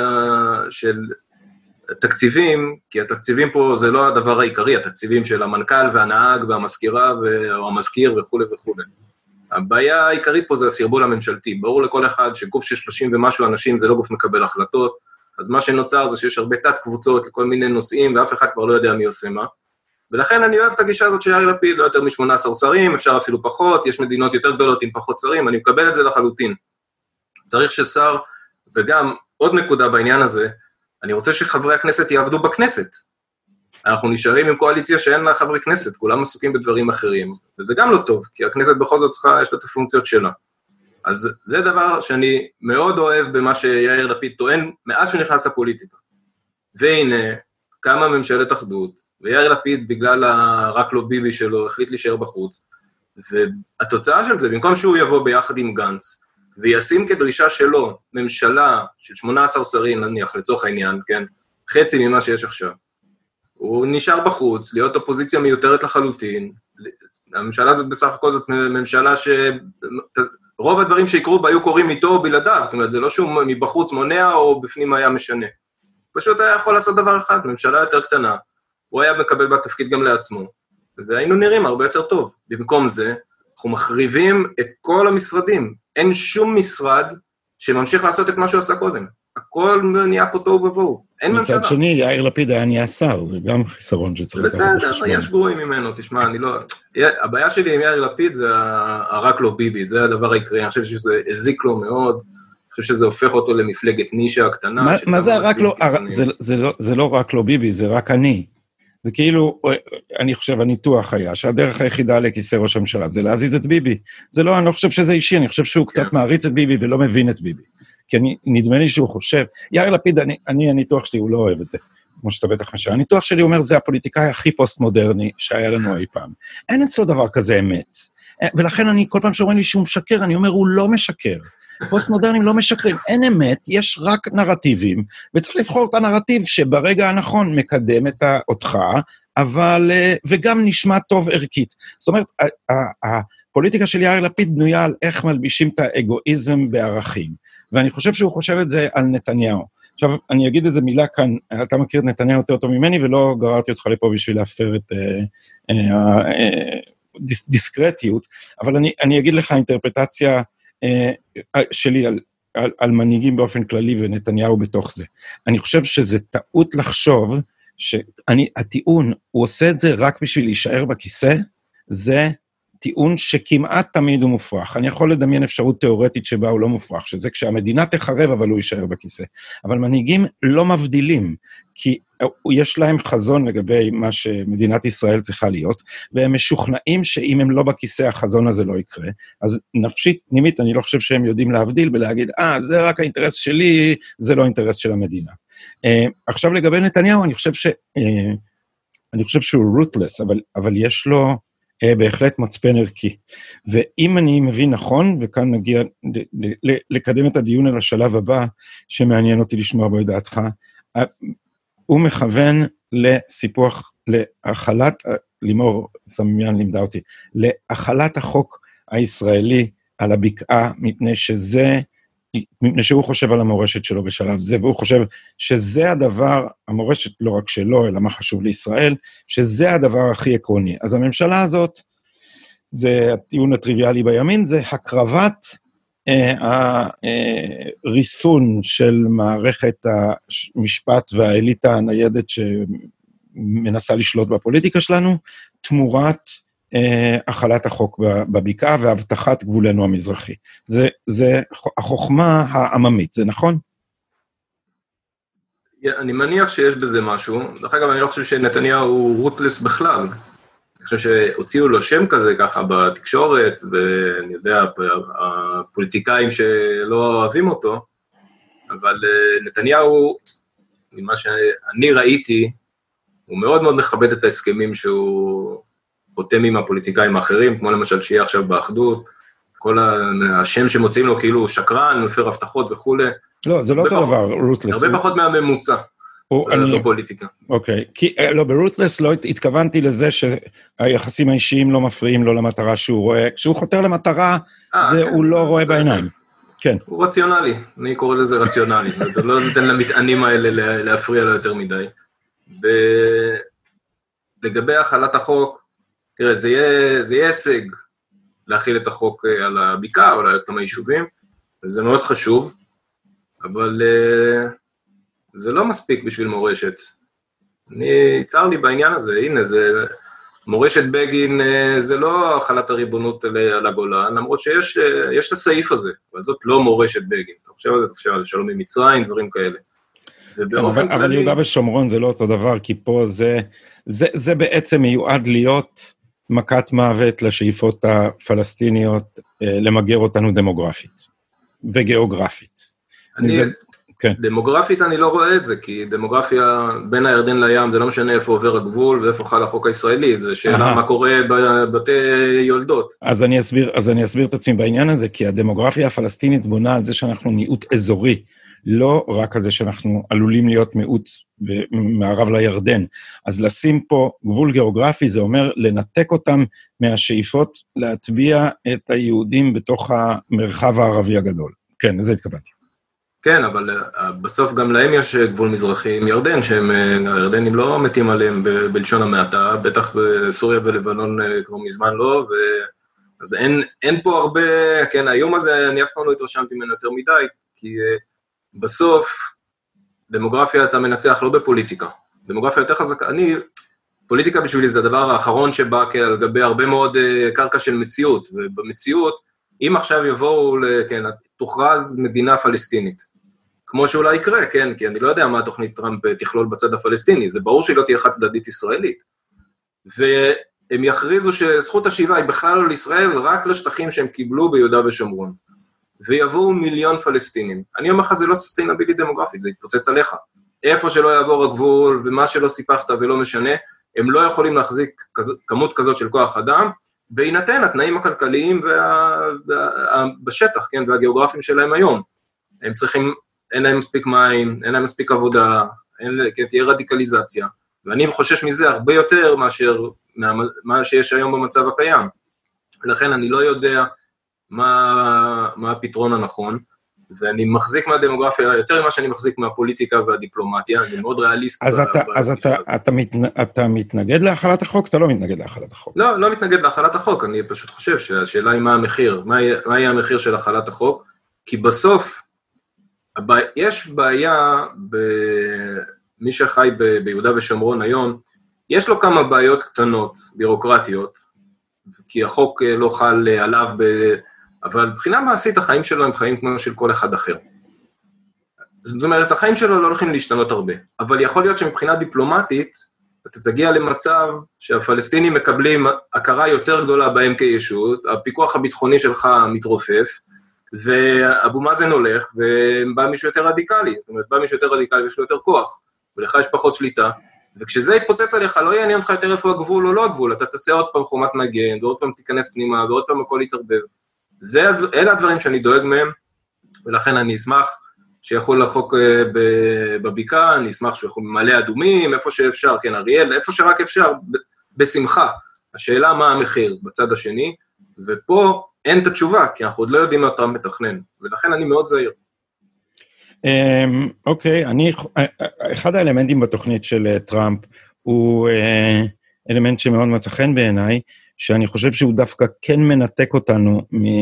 של תקציבים, כי התקציבים פה זה לא הדבר העיקרי, התקציבים של המנכ"ל והנהג והמזכירה או המזכיר וכו' וכו'. הבעיה העיקרית פה זה הסרבול הממשלתי. ברור לכל אחד שגוף של 30 ומשהו אנשים זה לא גוף מקבל החלטות, אז מה שנוצר זה שיש הרבה תת קבוצות לכל מיני נושאים, ואף אחד כבר לא יודע מי עושה מה. ולכן אני אוהב את הגישה הזאת של יאיר לפיד, לא יותר מ-18 שרים, אפשר אפילו פחות, יש מדינות יותר גדולות עם פחות שרים, אני מקבל את זה לחלוטין. צריך ששר, וגם עוד נקודה בעניין הזה, אני רוצה שחברי הכנסת יעבדו בכנסת. אנחנו נשארים עם קואליציה שאין לה חברי כנסת, כולם עסוקים בדברים אחרים, וזה גם לא טוב, כי הכנסת בכל זאת צריכה, יש לה את הפונקציות שלה. אז זה דבר שאני מאוד אוהב במה שיאיר לפיד טוען, מאז שהוא נכנס לפוליטיקה. והנה, קמה ממשלת אחדות, ויאיר לפיד בגלל רק לא ביבי שלו, החליט להישאר בחוץ, והתוצאה של זה, במקום שהוא יבוא ביחד עם גנץ, וישים כדרישה שלו, ממשלה של 18 שרים, נניח, לצורך העניין, כן? חצי ממה שיש עכשיו. הוא נשאר בחוץ, להיות אופוזיציה מיותרת לחלוטין, הממשלה הזאת בסך הכל זאת ממשלה רוב הדברים שיקרו בה היו קוראים איתו או בלעדיו, זאת אומרת, זה לא שהוא מבחוץ מונע או בפנים היה משנה. פשוט היה יכול לעשות דבר אחד, ממשלה יותר קטנה, הוא היה מקבל בתפקיד גם לעצמו, והיינו נראים הרבה יותר טוב. במקום זה, אנחנו מחריבים את כל המשרדים. אין שום משרד שממשיך לעשות את מה שהוא עשה קודם. הכל נהיה פה טוב ובואו. אין ממשלה.
מצד שני, יאיר לפיד היה נהיה שר, זה גם חיסרון שצריך לקחת בחשבון.
בסדר, יש גרועים ממנו, תשמע, אני לא... הבעיה שלי עם יאיר לפיד זה רק לא ביבי, זה הדבר העיקרי, אני חושב שזה הזיק לו מאוד, אני חושב שזה הופך אותו למפלגת נישה הקטנה.
מה זה רק לא... זה לא רק לא ביבי, זה רק אני. זה כאילו, אני חושב, הניתוח היה, שהדרך היחידה לכיסא ראש הממשלה, זה להזיז את ביבי. זה לא, אני לא חושב שזה אישי, אני חושב שהוא קצת מעריץ את ביבי ולא מבין את ביבי. כי נדמה לי שהוא חושב, יאיר לפיד, הניתוח שלי, הוא לא אוהב את זה, כמו שאתה בטח משהו. הניתוח שלי אומר, זה הפוליטיקאי הכי פוסט-מודרני שהיה לנו אי פעם. אין אצלו דבר כזה אמת. ולכן אני, כל פעם שאומרים לי שהוא משקר, אני אומר, הוא לא משקר. פוסט-מודרנים לא משקרים, אין אמת, יש רק נרטיבים, וצריך לבחור את הנרטיב שברגע הנכון מקדם אותך, אבל, וגם נשמע טוב ערכית. זאת אומרת, הפוליטיקה של יאיר לפיד בנויה על איך מלבישים את האגואיזם בערכים, ואני חושב שהוא חושב את זה על נתניהו. עכשיו, אני אגיד איזה מילה כאן, אתה מכיר את נתניהו יותר טוב ממני, ולא גררתי אותך לפה בשביל להפר את דיסקרטיות, אבל אני אגיד לך אינטרפרטציה שלי על מנהיגים באופן כללי ונתניהו בתוך זה. אני חושב שזה טעות לחשוב שהטיעון, הוא עושה את זה רק בשביל להישאר בכיסא, זה טיעון שכמעט תמיד הוא מופרך. אני יכול לדמיין אפשרות תיאורטית שבה הוא לא מופרך, שזה כשהמדינה תחרב, אבל הוא יישאר בכיסא. אבל מנהיגים לא מבדילים, כי יש להם חזון לגבי מה שמדינת ישראל צריכה להיות, והם משוכנעים שאם הם לא בכיסא, החזון הזה לא יקרה. אז נפשית, פנימית, אני לא חושב שהם יודעים להבדיל, ולהגיד, זה רק האינטרס שלי, זה לא האינטרס של המדינה. עכשיו לגבי נתניהו, אני חושב שהוא ruthless, אבל יש לו בהחלט מצפן ערכי. ואם אני מבין נכון, וכאן נגיע לקדם את הדיון על השלב הבא, שמעניין אותי לשמוע בו את דעתך, הוא מכוון לסיפוח, להחלת, לימור סמימיאן לימדה אותי, להחלת החוק הישראלי על הבקעה, מפני שהוא חושב על המורשת שלו בשלב זה, והוא חושב שזה הדבר, המורשת לא רק שלו, אלא מה חשוב לישראל, שזה הדבר הכי עקרוני. אז הממשלה הזאת, זה הטיעון הטריוויאלי בימין, זה הקרבת הריסון של מערכת המשפט והאליטה הניידת שמנסה לשלוט בפוליטיקה שלנו, תמורת החלת החוק בבקעה והבטחת גבולנו המזרחי. זה החוכמה העממית, זה נכון?
אני מניח שיש בזה משהו. דרך אגב, אני לא חושב שנתניהו הוא רוטלס בכלל. אני חושב שהוציאו לו שם כזה ככה בתקשורת, ואני יודע, הפוליטיקאים שלא אוהבים אותו, אבל נתניהו, ממה שאני ראיתי, הוא מאוד מאוד מכבד את ההסכמים שהוא חותם עם הפוליטיקאים האחרים, כמו למשל שיהיה עכשיו באחדות, כל השם שמוצאים לו כאילו שקרן, מפר הבטחות וכו'.
לא, זה לא אותו דבר, רוטלס.
הרבה פחות מהממוצע. בפוליטיקה.
אוקיי, לא, ברוטלס לא התכוונתי לזה שהיחסים האישיים לא מפריעים לו למטרה שהוא רואה, כשהוא חותר למטרה, הוא לא רואה בעיניים. כן.
הוא רציונלי, אני קורא לזה רציונלי, אתה לא נותן למטענים האלה להפריע לו יותר מדי. לגבי החלת החוק, תראה, זה יהיה הישג להכיל את החוק על הבקעה, או לעוד כמה יישובים, וזה מאוד חשוב, אבל זה לא מספיק בשביל מורשת. צר לי בעניין הזה, הנה, מורשת בגין זה לא החלת הריבונות על הגולן, למרות שיש את הסעיף הזה, אבל זאת לא מורשת בגין. אתה חושב על זה, אתה חושב על שלום עם מצרים, דברים כאלה.
אבל יהודה ושומרון זה לא אותו דבר, כי פה זה בעצם מיועד להיות מכת מוות לשאיפות הפלסטיניות, למגר אותנו דמוגרפית וגיאוגרפית.
דמוגרפית אני לא רואה את זה, כי דמוגרפיה בין הירדן לים, זה לא משנה איפה עובר הגבול ואיפה חל החוק הישראלי, זה שאלה מה קורה בבתי יולדות.
אז אני אסביר את עצמי בעניין הזה, כי הדמוגרפיה הפלסטינית בונה על זה שאנחנו מיעוט אזורי, לא רק על זה שאנחנו עלולים להיות מיעוט מערב לירדן. אז לשים פה גבול גיאוגרפי, זה אומר לנתק אותם מהשאיפות, להטביע את היהודים בתוך המרחב הערבי הגדול. כן, לזה התכוונתי.
כן, אבל בסוף גם להם יש גבול מזרחי עם ירדן, הירדנים לא מתים עליהם בלשון המעטה, בטח בסוריה ולבנון כבר מזמן לא, אז אין פה הרבה, כן, היום הזה אני אף פעם לא התרשמתי ממנו יותר מדי, כי בסוף דמוגרפיה אתה מנצח לא בפוליטיקה, דמוגרפיה יותר חזקה, פוליטיקה בשבילי זה הדבר האחרון שבא על גבי הרבה מאוד קרקע של מציאות, ובמציאות, אם עכשיו יבואו, כן, תוכרז מדינה פלסטינית, כמו שאולי יקרה, כן, כי אני לא יודע מה התוכנית טראמפ תכלול בצד הפלסטיני, זה ברור שהיא לא תהיה חד צדדית ישראלית, והם יכריזו שזכות השיבה היא בכלל לא לישראל, רק לשטחים שהם קיבלו ביהודה ושומרון, ויבואו מיליון פלסטינים. אני אומר לך, זה לא ססטיינבילי דמוגרפית, זה יתפוצץ עליך. איפה שלא יעבור הגבול, ומה שלא סיפחת ולא משנה, הם לא יכולים להחזיק כמות כזאת של כוח אדם, בהינתן התנאים הכלכליים בשטח, כן, והגיאוגרפיים שלהם היום. הם צריכים, אין להם מספיק מים, אין להם מספיק עבודה, כן, תהיה רדיקליזציה, ואני חושש מזה הרבה יותר מאשר מה שיש היום במצב הקיים. לכן אני לא יודע מה הפתרון הנכון, ואני מחזיק מהדמוגרפיה יותר ממה שאני מחזיק מהפוליטיקה והדיפלומטיה, אני מאוד ריאליסט.
אז אתה מתנגד להחלת החוק? אתה לא מתנגד להחלת החוק.
לא מתנגד להחלת החוק, אני פשוט חושב שהשאלה היא מה המחיר, מה יהיה המחיר של החלת החוק, כי בסוף, יש בעיה במי שחי ביהודה ושומרון היום, יש לו כמה בעיות קטנות, בירוקרטיות, כי החוק לא חל עליו, אבל מבחינה מעשית החיים שלו הם חיים כמו של כל אחד אחר. זאת אומרת, החיים שלו לא הולכים להשתנות הרבה, אבל יכול להיות שמבחינה דיפלומטית, אתה תגיע למצב שהפלסטינים מקבלים הכרה יותר גדולה בהם כישות, הפיקוח הביטחוני שלך מתרופף, ואבו מאזן הולך, ובא מישהו יותר רדיקלי, זאת אומרת, בא מישהו יותר רדיקלי ויש לו יותר כוח, ולך יש פחות שליטה, וכשזה יתפוצץ עליך, לא יעניין אותך יותר איפה הגבול או לא הגבול, אתה תעשה עוד פעם חומת מגן, ועוד פעם תיכנס פנימה, ועוד פעם הכל יתערבב. אלה הדברים שאני דואג מהם, ולכן אני אשמח שיכול לחוק בבקעה, אני אשמח שיכול במעלה אדומים, איפה שאפשר, כן, אריאל, איפה שרק אפשר, בשמחה. השאלה מה המחיר בצד השני, ופה אין את התשובה, כי אנחנו עוד לא יודעים מה טראמפ מתכנן, ולכן אני מאוד זהיר.
אוקיי, אחד האלמנטים בתוכנית של טראמפ, הוא אלמנט שמאוד מצא חן בעיניי, שאני חושב שהוא דווקא כן מנתק אותנו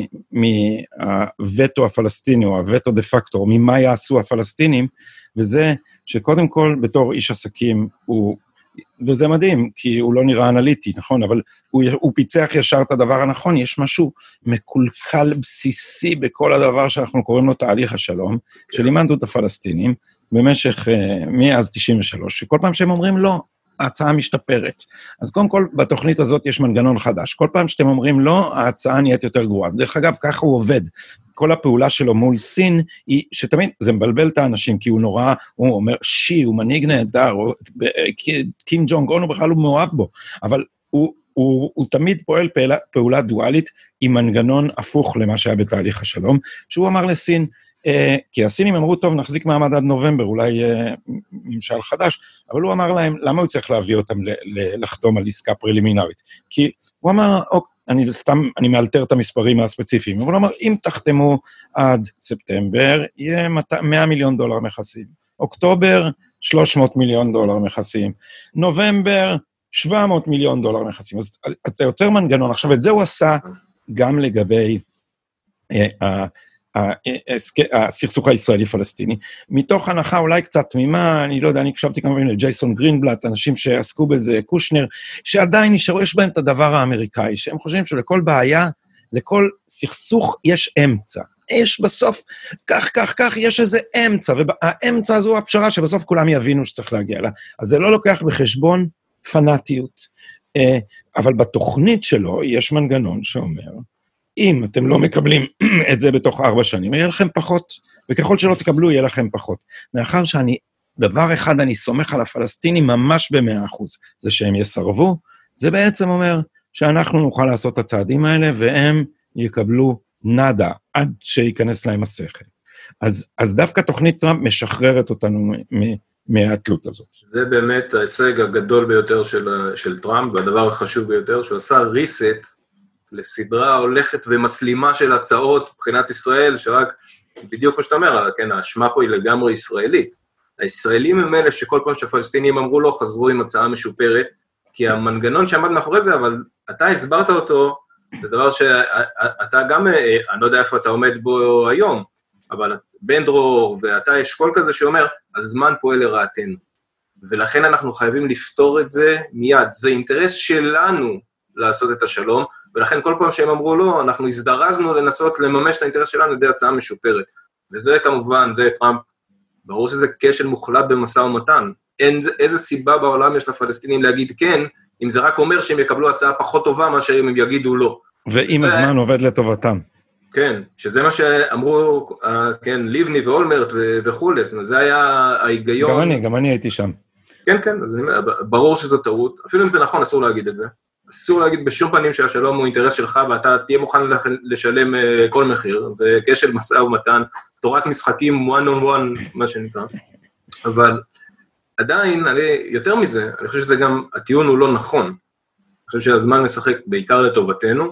מהווטו הפלסטיני, או הווטו דה פקטו, או ממה יעשו הפלסטינים, וזה שקודם כל, בתור איש עסקים, וזה מדהים, כי הוא לא נראה אנליטי, נכון? אבל הוא פיצח ישר את הדבר הנכון, יש משהו מקולקל בסיסי בכל הדבר שאנחנו קוראים לו תהליך השלום, שלימדו את הפלסטינים, במשך, מאז 93, שכל פעם שהם אומרים לא, ההצעה משתפרת. אז קודם כל, בתוכנית הזאת יש מנגנון חדש. כל פעם שאתם אומרים לא, ההצעה נהיית יותר גרועה. דרך אגב, ככה הוא עובד. כל הפעולה שלו מול סין, היא שתמיד, זה מבלבל את האנשים, כי הוא נורא, הוא אומר, הוא מנהיג נהדר, קים ג'ונג און, הוא בכלל הוא מאוהב בו, אבל הוא תמיד פועל פעולה דואלית, עם מנגנון הפוך למה שהיה בתהליך השלום, שהוא אמר לסין, כי הסינים אמרו, טוב, נחזיק מעמד עד נובמבר, אולי ממשל חדש, אבל הוא אמר להם, למה הוא צריך להביא אותם לחתום על עסקה פרלימינרית? כי הוא אמר, אני מאלתר את המספרים הספציפיים, אבל הוא אמר, אם תחתמו עד ספטמבר, יהיה $100 מיליון מכסים. אוקטובר, $300 מיליון מכסים. נובמבר, $700 מיליון מכסים. אז אתה יוצר מנגנון. עכשיו, את זה הוא עשה גם לגבי הסכסוך הישראלי-פלסטיני, מתוך הנחה אולי קצת תמימה, אני לא יודע, אני הקשבתי כמובן לג'ייסון גרינבלט, אנשים שעסקו בזה, קושנר, שעדיין נשארו, יש בהם את הדבר האמריקאי, שהם חושבים שלכל בעיה, לכל סכסוך יש אמצע. יש בסוף, כך, יש איזה אמצע, והאמצע הזו הפשרה שבסוף כולם יבינו שצריך להגיע לה. אז זה לא לוקח בחשבון פנאטיות. אבל בתוכנית שלו יש מנגנון שאומר, אם אתם לא מקבלים את זה בתוך 4 שנים, יהיה לכם פחות, וככל שלא תקבלו, יהיה לכם פחות. מאחר דבר אחד אני סומך על הפלסטינים ממש ב100%, זה שהם יסרבו, זה בעצם אומר שאנחנו נוכל לעשות את הצעדים האלה, והם יקבלו נדה, עד שיכנס להם השכל. אז דווקא תוכנית טראמפ משחררת אותנו מהתלות הזאת.
זה באמת ההישג הגדול ביותר של טראמפ, והדבר החשוב ביותר, שהוא עשה ריסט, לסדרה הולכת ומסלימה של הצעות מבחינת ישראל, שרק בדיוק כמו שאתה אומר, כן, האשמה פה היא לגמרי ישראלית. הישראלים הם אלה שכל פעם שהפלסטינים אמרו לו, חזרו עם הצעה משופרת, כי המנגנון שעמד מאחורי זה, אבל אתה הסברת אותו, זה דבר שאתה גם, אני לא יודע איפה אתה עומד בו היום, אבל בן דרור ואתה יש כל כזה שאומר, הזמן פועל לרעתנו. ולכן אנחנו חייבים לפתור את זה מיד. זה אינטרס שלנו לעשות את השלום, ולכן כל פעם שהם אמרו לא, אנחנו הזדרזנו לנסות לממש את האינטרס שלנו לידי הצעה משופרת. וזה כמובן, זה טראמפ, ברור שזה כשל מוחלט במשא ומתן. איזה סיבה בעולם יש לפלסטינים להגיד כן, אם זה רק אומר שהם יקבלו הצעה פחות טובה, מה שהם יגידו לא.
ואם הזמן עובד לטובתם.
כן, שזה מה שאמרו, כן, ליבני ואולמרט וכו', זה היה ההיגיון.
גם אני הייתי שם.
כן, אז ברור שזו טעות, אפילו אם זה נכון, אסור להגיד את זה. אסור להגיד בשום פנים שהשלום הוא אינטרס שלך, ואתה תהיה מוכן לשלם כל מחיר, זה כשל משא ומתן, תורת משחקים one on one, מה שנקרא. אבל עדיין, יותר מזה, אני חושב שזה גם, הטיעון הוא לא נכון. אני חושב שהזמן משחק בעיקר לטובתנו,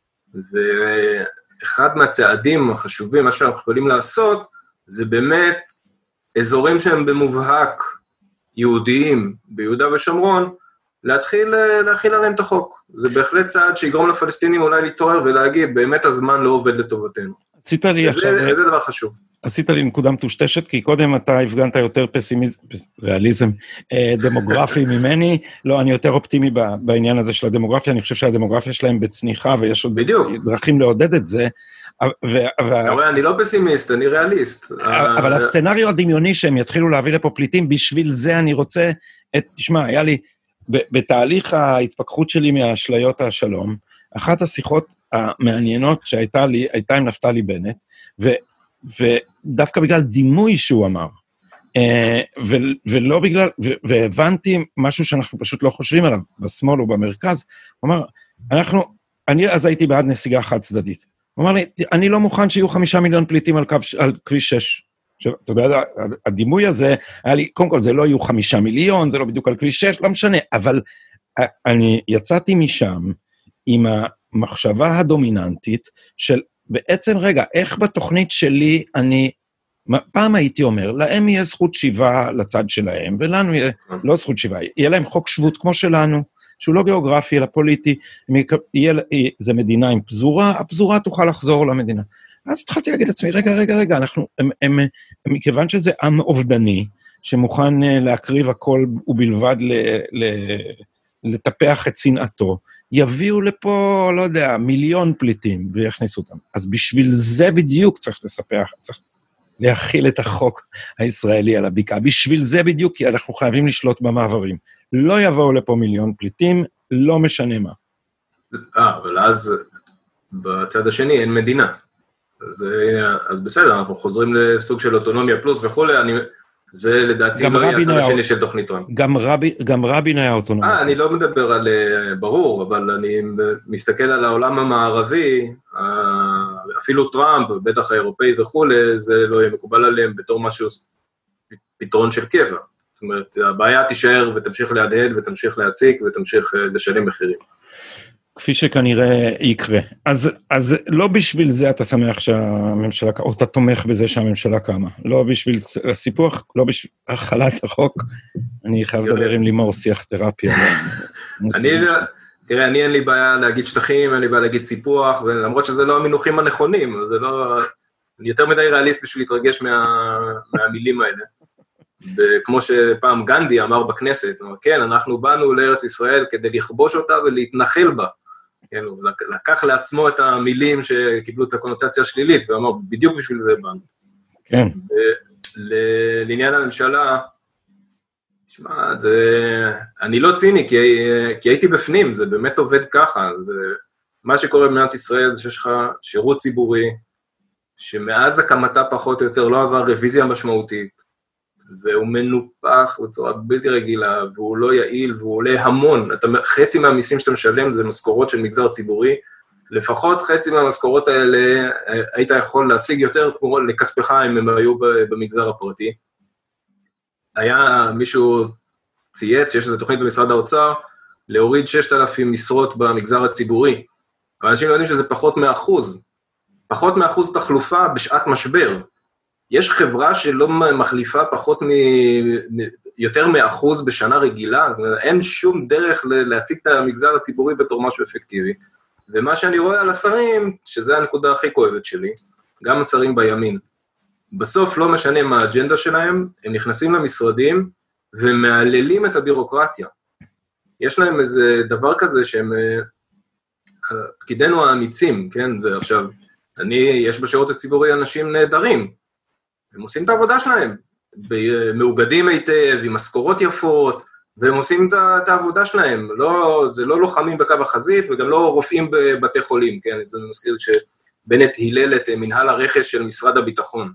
ואחד מהצעדים החשובים, מה שאנחנו יכולים לעשות, זה באמת אזורים שהם במובהק יהודיים ביהודה ושומרון, להחיל עליהם את החוק. זה בהחלט צעד שיגרום לפלסטינים אולי להתעורר ולהגיד, באמת הזמן לא עובד לטובתנו.
עשית לי עכשיו...
וזה דבר חשוב.
עשית לי נקודה מטושטשת, כי קודם אתה הפגנת יותר ריאליזם דמוגרפי ממני, לא, אני יותר אופטימי בעניין הזה של הדמוגרפיה, אני חושב שהדמוגרפיה שלהם בצניחה, ויש עוד דרכים לעודד את זה.
אני לא פסימיסט, אני ריאליסט.
אבל הסצנריו הדמיוני שהם יתחילו להביא לפה פליטים, בשביל זה אני רוצה, תשמע, היה לי, בתהליך ההתפכחות שלי מהאשליות השלום, אחת השיחות המעניינות שהייתה לי, הייתה עם נפתלי בנט, ודווקא בגלל דימוי שהוא אמר, ולא בגלל, והבנתי משהו שאנחנו פשוט לא חושבים עליו, בשמאל או במרכז, הוא אמר, אני אז הייתי בעד נסיגה חד צדדית, הוא אמר לי, אני לא מוכן שיהיו 5 מיליון פליטים על כביש 6, אתה יודע, הדימוי הזה, היה לי, קודם כל זה לא יהיו 5 מיליון, זה לא בדיוק על כביש 6, לא משנה, אבל אני יצאתי משם עם המחשבה הדומיננטית של, בעצם רגע, איך בתוכנית שלי פעם הייתי אומר, להם יהיה זכות שיבה לצד שלהם, ולנו יהיה לא זכות שיבה, יהיה להם חוק שבות כמו שלנו, שהוא לא גיאוגרפי, אלא פוליטי, זה מדינה עם פזורה, הפזורה תוכל לחזור למדינה. אז התחלתי להגיד לעצמי, רגע, מכיוון שזה עם אובדני, שמוכן להקריב הכל ובלבד לטפח את שנאתו, יביאו לפה, לא יודע, 1,000,000 פליטים, ויכניסו אותם. אז בשביל זה בדיוק צריך לספח, צריך להכיל את החוק הישראלי על הבקעה. בשביל זה בדיוק, כי אנחנו חייבים לשלוט במעברים. לא יבואו לפה 1,000,000 פליטים, לא משנה מה.
אבל אז בצד השני אין מדינה. אז בסדר, אנחנו חוזרים לסוג של אוטונומיה פלוס וכולי, זה לדעתי לא יהיה הצד השני של תוכנית טראמפ.
גם רבין היה אוטונומיה.
אני לא מדבר על ברור, אבל אני מסתכל על העולם המערבי, אפילו טראמפ, בטח האירופאי וכולי, זה לא יהיה מקובל עליהם בתור משהו פתרון של קבע. זאת אומרת, הבעיה תישאר ותמשיך להדהד ותמשיך להציק ותמשיך לשלם מחירים.
כפי שכנראה יקרה. אז לא בשביל זה אתה שמח שהממשלה, או אתה תומך בזה שהממשלה קמה. לא בשביל הסיפוח, לא בשביל החלת החוק. אני חייב לדבר עם לימור שיח תרפיה.
תראה, אין לי בעיה להגיד שטחים, אין לי בעיה להגיד סיפוח, ולמרות שזה לא המינוחים הנכונים, זה לא... אני יותר מדי ריאליסט בשביל להתרגש מהמילים האלה. כמו שפעם גנדי אמר בכנסת, כן, אנחנו באנו לארץ ישראל כדי לכבוש אותה ולהתנחל בה. כן, הוא לקח לעצמו את המילים שקיבלו את הקונוטציה השלילית, ואמר, בדיוק בשביל זה באנו.
כן.
לעניין הממשלה, תשמע, אני לא ציני, כי הייתי בפנים, זה באמת עובד ככה, מה שקורה במדינת ישראל זה שיש לך שירות ציבורי, שמאז הקמתה פחות או יותר לא עבר רוויזיה משמעותית, והוא מנופח בצורה בלתי רגילה, והוא לא יעיל, והוא עולה המון. חצי מהמיסים שאתה משלם זה משכורות של מגזר ציבורי, לפחות חצי מהמשכורות האלה היית יכול להשיג יותר כמו לכספך אם הם היו במגזר הפרטי. היה מישהו צייץ שיש איזו תוכנית במשרד האוצר, להוריד 6,000 משרות במגזר הציבורי, אבל אנשים לא יודעים שזה פחות מאחוז תחלופה בשעת משבר. יש חברה שלא מחליפה יותר מ1% בשנה רגילה, אין שום דרך להציג את המגזר הציבורי בתור משהו אפקטיבי. ומה שאני רואה על השרים, שזה הנקודה הכי כואבת שלי, גם השרים בימין, בסוף לא משנה מה האג'נדה שלהם, הם נכנסים למשרדים ומעללים את הבירוקרטיה. יש להם איזה דבר כזה שהם, פקידנו האמיצים, כן, זה עכשיו, יש בשירות הציבורי אנשים נהדרים, הם עושים את העבודה שלהם, מאוגדים היטב, עם משכורות יפות, והם עושים את העבודה שלהם, זה לא לוחמים בקו החזית, וגם לא רופאים בבתי חולים, כן, זה מזכיר שבנט הילל את מנהל הרכש של משרד הביטחון,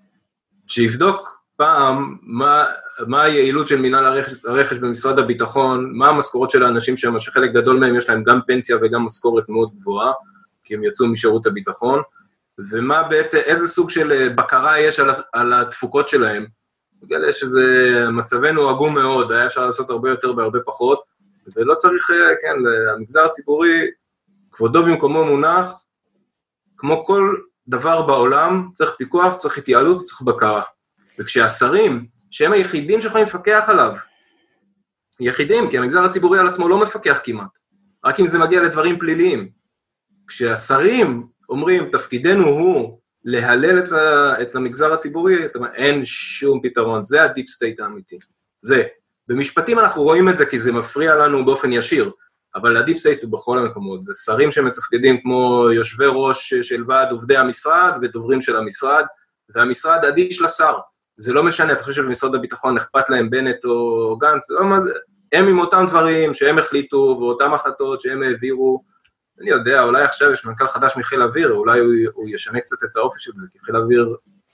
שיבדוק פעם מה היעילות של מנהל הרכש במשרד הביטחון, מה המשכורות של האנשים שם, שחלק גדול מהם יש להם גם פנסיה וגם משכורת מאוד גבוהה, כי הם יצאו משירות הביטחון, ומה בעצם, איזה סוג של בקרה יש על התפוקות שלהם, בגלל שזה מצבנו עגום מאוד, היה אפשר לעשות הרבה יותר בהרבה פחות, ולא צריך, כן, המגזר הציבורי, כבודו במקומו מונח, כמו כל דבר בעולם, צריך פיקוח, צריך התייעלות, צריך בקרה. וכשהשרים, שהם היחידים שיכולים לפקח עליו, יחידים, כי המגזר הציבורי על עצמו לא מפקח כמעט, רק אם זה מגיע לדברים פליליים. כשהשרים אומרים, תפקידנו הוא להלל את המגזר הציבורי, אין שום פתרון, זה הדיפ סטייט האמיתי. זה. במשפטים אנחנו רואים את זה כי זה מפריע לנו באופן ישיר, אבל הדיפ סטייט הוא בכל המקומות, זה שרים שמתפקדים כמו יושבי ראש של ועד עובדי המשרד ודוברים של המשרד, והמשרד אדיש לשר. זה לא משנה, אתה חושב שבמשרד הביטחון אכפת להם בנט או גנץ, לא מה זה, הם עם אותם דברים שהם החליטו, ואותם החלטות שהם העבירו, אני יודע, אולי עכשיו יש מנכ"ל חדש מחיל אוויר, אולי הוא ישנה קצת את האופי של זה, כי חיל אוויר,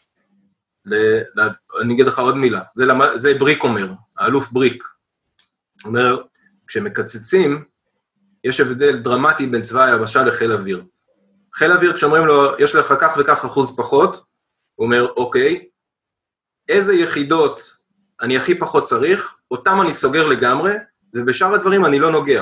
אני אגיד לך עוד מילה, זה בריק אומר, האלוף בריק, אומר, כשמקצצים, יש הבדל דרמטי בין צבא היבשה לחיל אוויר. חיל אוויר, כשאומרים לו, יש לך כך וכך אחוז פחות, הוא אומר, אוקיי, איזה יחידות אני הכי פחות צריך, אותם אני סוגר לגמרי, ובשאר הדברים אני לא נוגע.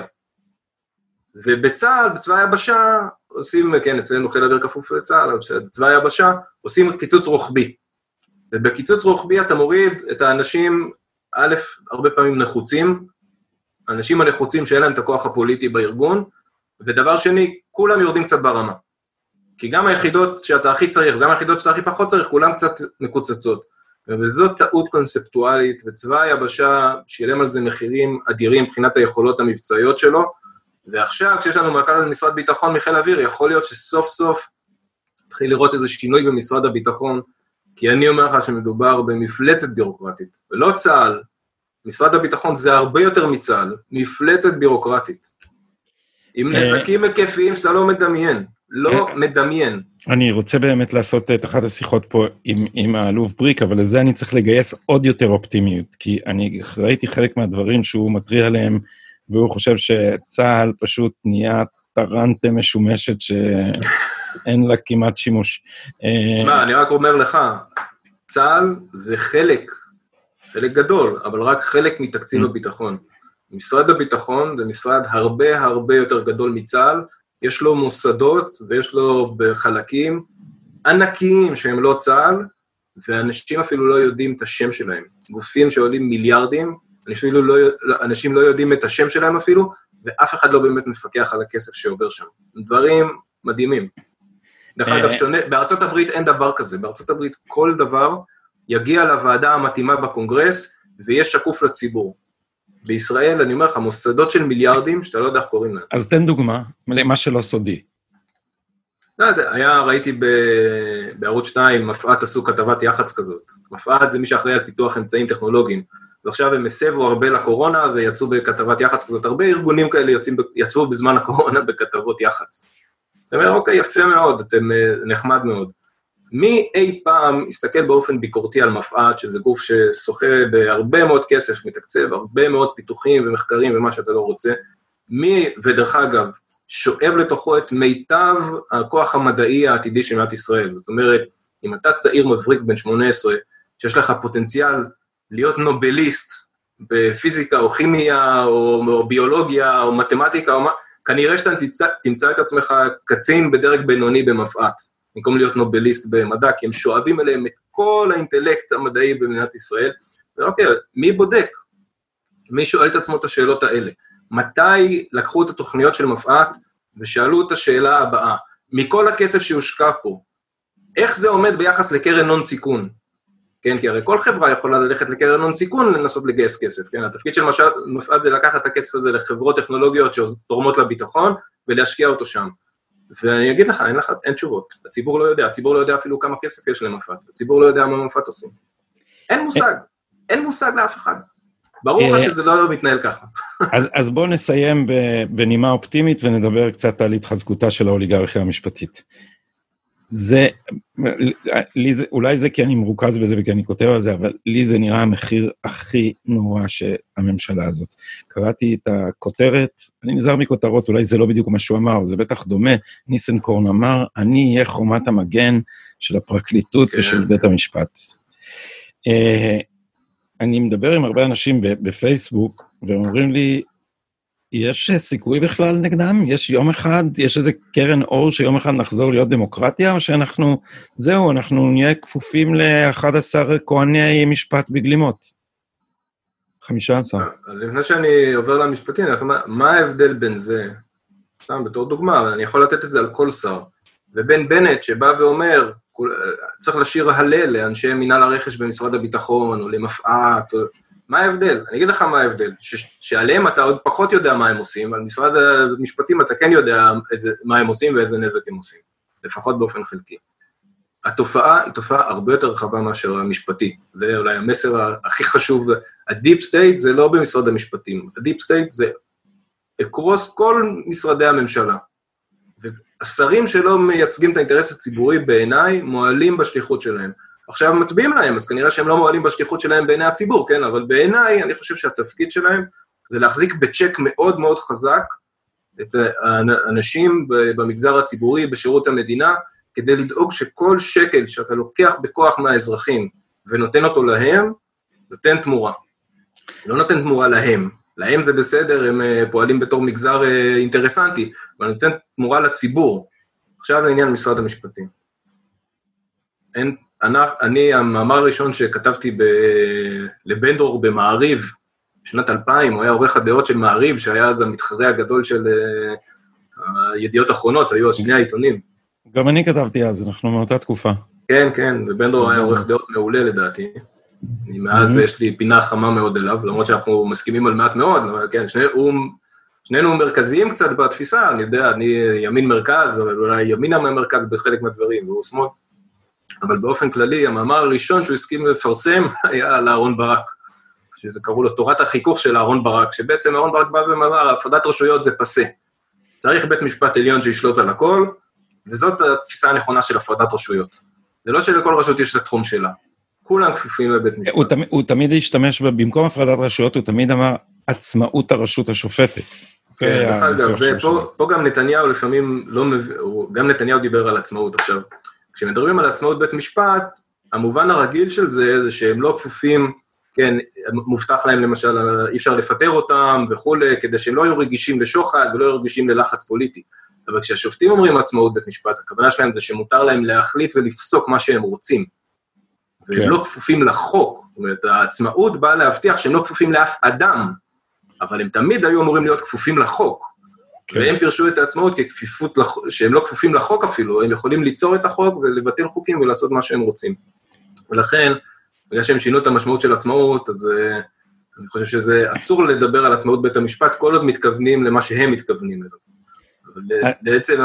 ובצה"ל, בצבא היבשה, עושים, כן, אצלנו חיל אוויר כפוף לצה"ל, אבל בצבא היבשה, עושים קיצוץ רוחבי. ובקיצוץ רוחבי אתה מוריד את האנשים, א', הרבה פעמים נחוצים, האנשים הנחוצים שאין להם את הכוח הפוליטי בארגון, ודבר שני, כולם יורדים קצת ברמה. כי גם היחידות שאתה הכי צריך, וגם היחידות שאתה הכי פחות צריך, כולם קצת מקוצצות. וזאת טעות קונספטואלית, וצבא היבשה שילם על זה מחירים אדירים מבחינת היכולות המבצעיות שלו, ועכשיו כשיש לנו מרכז משרד ביטחון מחיל אוויר, יכול להיות שסוף סוף תתחיל לראות איזה שינוי במשרד הביטחון, כי אני אומר לך שמדובר במפלצת בירוקרטית, ולא צה"ל, משרד הביטחון זה הרבה יותר מצה"ל, מפלצת בירוקרטית, עם נזקים היקפיים שאתה לא מדמיין, לא מדמיין.
אני רוצה באמת לעשות את אחת השיחות פה עם האלוף בריק, אבל לזה אני צריך לגייס עוד יותר אופטימיות, כי אני ראיתי חלק מהדברים שהוא מטריע עליהם, והוא חושב שצה"ל פשוט נהיה טרנטה משומשת שאין לה כמעט שימוש.
תשמע, אני רק אומר לך, צה"ל זה חלק גדול, אבל רק חלק מתקציב הביטחון. משרד הביטחון זה משרד הרבה הרבה יותר גדול מצה"ל, יש לו מוסדות ויש לו בחלקים ענקיים שהם לא צה"ל, ואנשים אפילו לא יודעים את השם שלהם. גופים שעולים מיליארדים, אנשים לא יודעים את השם שלהם אפילו, ואף אחד לא באמת מפקח על הכסף שעובר שם. דברים מדהימים. דרך אגב, בארצות הברית אין דבר כזה, בארצות הברית כל דבר יגיע לוועדה המתאימה בקונגרס, ויש שקוף לציבור. בישראל, אני אומר לך, מוסדות של מיליארדים, שאתה לא יודע איך קוראים להם.
אז תן דוגמה, למה שלא סודי.
לא יודע, ראיתי בערוץ 2, מפעת עשו כתבת יח"צ כזאת. מפעת זה מי שאחראי על פיתוח אמצעים טכנולוגיים. ועכשיו הם הסבו הרבה לקורונה, ויצאו בכתבת יח"צ כזאת. הרבה ארגונים כאלה יצאו בזמן הקורונה בכתבות יח"צ. זאת אומרת, אוקיי, יפה מאוד, אתם נחמד מאוד. מי אי פעם הסתכל באופן ביקורתי על מפעת, שזה גוף ששוחה בהרבה מאוד כסף, מתקצב הרבה מאוד פיתוחים ומחקרים ומה שאתה לא רוצה, מי, ודרך אגב, שואב לתוכו את מיטב הכוח המדעי העתידי של מדינת ישראל. זאת אומרת, אם אתה צעיר מבריק בן 18, שיש לך פוטנציאל להיות נובליסט בפיזיקה או כימיה או ביולוגיה או מתמטיקה, או כנראה שאתה תמצא את עצמך קצין בדרג בינוני במפעת, במקום להיות נובליסט במדע, כי הם שואבים אליהם את כל האינטלקט המדעי במדינת ישראל, ואוקיי, מי בודק? מי שואל את עצמו את השאלות האלה? מתי לקחו את התוכניות של מפעת, ושאלו את השאלה הבאה, מכל הכסף שהושקע פה, איך זה עומד ביחס לקרן נון סיכון? כן, כי הרי כל חברה יכולה ללכת לקרן נון סיכון, לנסות לגייס כסף, כן? התפקיד של מפעת זה לקחת את הכסף הזה לחברות טכנולוגיות שתורמות לביטחון, ולהשקיע אותו שם. ואני אגיד לך, אין תשובות. הציבור לא יודע אפילו כמה כסף יש למפעת. הציבור לא יודע מה מפעת עושים. אין מושג לאף אחד. ברור לך שזה לא מתנהל ככה.
אז בואו נסיים בנימה אופטימית, ונדבר קצת על התחזקותה של האוליגרכיה המשפטית. אולי זה כי אני מרוכז בזה וכי אני כותב על זה, אבל לי זה נראה המחיר הכי נורא שהממשלה הזאת. קראתי את הכותרת, אני נזהר מכותרות, אולי זה לא בדיוק מה שהוא אמר, זה בטח דומה, ניסנקורן אמר, אני אהיה חומת המגן של הפרקליטות ושל בית המשפט. אני מדבר עם הרבה אנשים בפייסבוק, והם אומרים לי, יש סיכוי בכלל נגדם? יש יום אחד, יש איזה קרן אור שיום אחד נחזור להיות דמוקרטיה, או שאנחנו, זהו, אנחנו נהיה כפופים ל-11 כהני משפט בגלימות? 15.
אז לפני שאני עובר למשפטים, מה ההבדל בין זה, סתם בתור דוגמה, אני יכול לתת את זה על כל שר, ובין בנט שבא ואומר, צריך לשיר הלל לאנשי מינהל הרכש במשרד הביטחון, או למפעת, מה ההבדל? אני אגיד לך מה ההבדל, שעליהם אתה עוד פחות יודע מה הם עושים, על משרד המשפטים אתה כן יודע מה הם עושים ואיזה נזק הם עושים, לפחות באופן חלקי. התופעה היא תופעה הרבה יותר רחבה מאשר המשפטי, זה אולי המסר הכי חשוב, הדיפ סטייט זה לא במשרד המשפטים, הדיפ סטייט זה אקרוס כל משרדי הממשלה, והשרים שלא מייצגים את האינטרס הציבורי בעיניי, מועלים בשליחות שלהם. עכשיו מצביעים להם, אז כנראה שהם לא מועלים בשליחות שלהם בעיני הציבור, כן? אבל בעיניי, אני חושב שהתפקיד שלהם זה להחזיק בצ'ק מאוד מאוד חזק את האנשים במגזר הציבורי, בשירות המדינה, כדי לדאוג שכל שקל שאתה לוקח בכוח מהאזרחים ונותן אותו להם, נותן תמורה. לא נותן תמורה להם. להם זה בסדר, הם פועלים בתור מגזר אינטרסנטי, אבל נותן תמורה לציבור. עכשיו לעניין משרד המשפטים. אני, המאמר הראשון שכתבתי לבן דרור במעריב, בשנת 2000, הוא היה עורך הדעות של מעריב, שהיה אז המתחרה הגדול של הידיעות האחרונות, היו אז שני העיתונים.
גם אני כתבתי אז, אנחנו מאותה תקופה.
כן, כן, ובן דרור היה עורך דעות מעולה לדעתי. מאז יש לי פינה חמה מאוד אליו, למרות שאנחנו מסכימים על מעט מאוד, אבל כן, שנינו מרכזיים קצת בתפיסה, אני יודע, אני ימין מרכז, אבל אולי ימינה מהמרכז בחלק מהדברים, והוא שמאל. אבל באופן כללי, המאמר הראשון שהוא הסכים לפרסם היה על אהרון ברק, שזה קראו לו תורת החיכוך של אהרון ברק, שבעצם אהרון ברק בא ואמר, הפרדת רשויות זה פסה. צריך בית משפט עליון שישלוט על הכל, וזאת התפיסה הנכונה של הפרדת רשויות. זה לא שלכל רשות יש את התחום שלה. כולם כפופים לבית משפט.
הוא תמיד השתמש, במקום הפרדת רשויות, הוא תמיד אמר עצמאות הרשות השופטת.
כן, דרך אגב, ופה גם נתניהו לפעמים לא מבין, גם נתניהו דיבר על עצמאות עכשיו. כשמדברים על עצמאות בית משפט, המובן הרגיל של זה שהם לא כפופים, כן, מובטח להם למשל, אי אפשר לפטר אותם וכו', כדי שהם לא יהיו רגישים לשוחד ולא יהיו רגישים ללחץ פוליטי. אבל כשהשופטים אומרים עצמאות בית משפט, הכוונה שלהם זה שמותר להם להחליט ולפסוק מה שהם רוצים. והם לא כפופים לחוק. זאת אומרת, העצמאות באה להבטיח שהם לא כפופים לאף אדם, אבל הם תמיד היו אמורים להיות כפופים לחוק. והם פירשו את העצמאות ככפיפות, שהם לא כפופים לחוק אפילו, הם יכולים ליצור את החוק ולבטל חוקים ולעשות מה שהם רוצים. ולכן, בגלל שהם שינו את המשמעות של עצמאות, אז אני חושב שזה אסור לדבר על עצמאות בית המשפט, כל עוד מתכוונים למה שהם מתכוונים אליו. בעצם,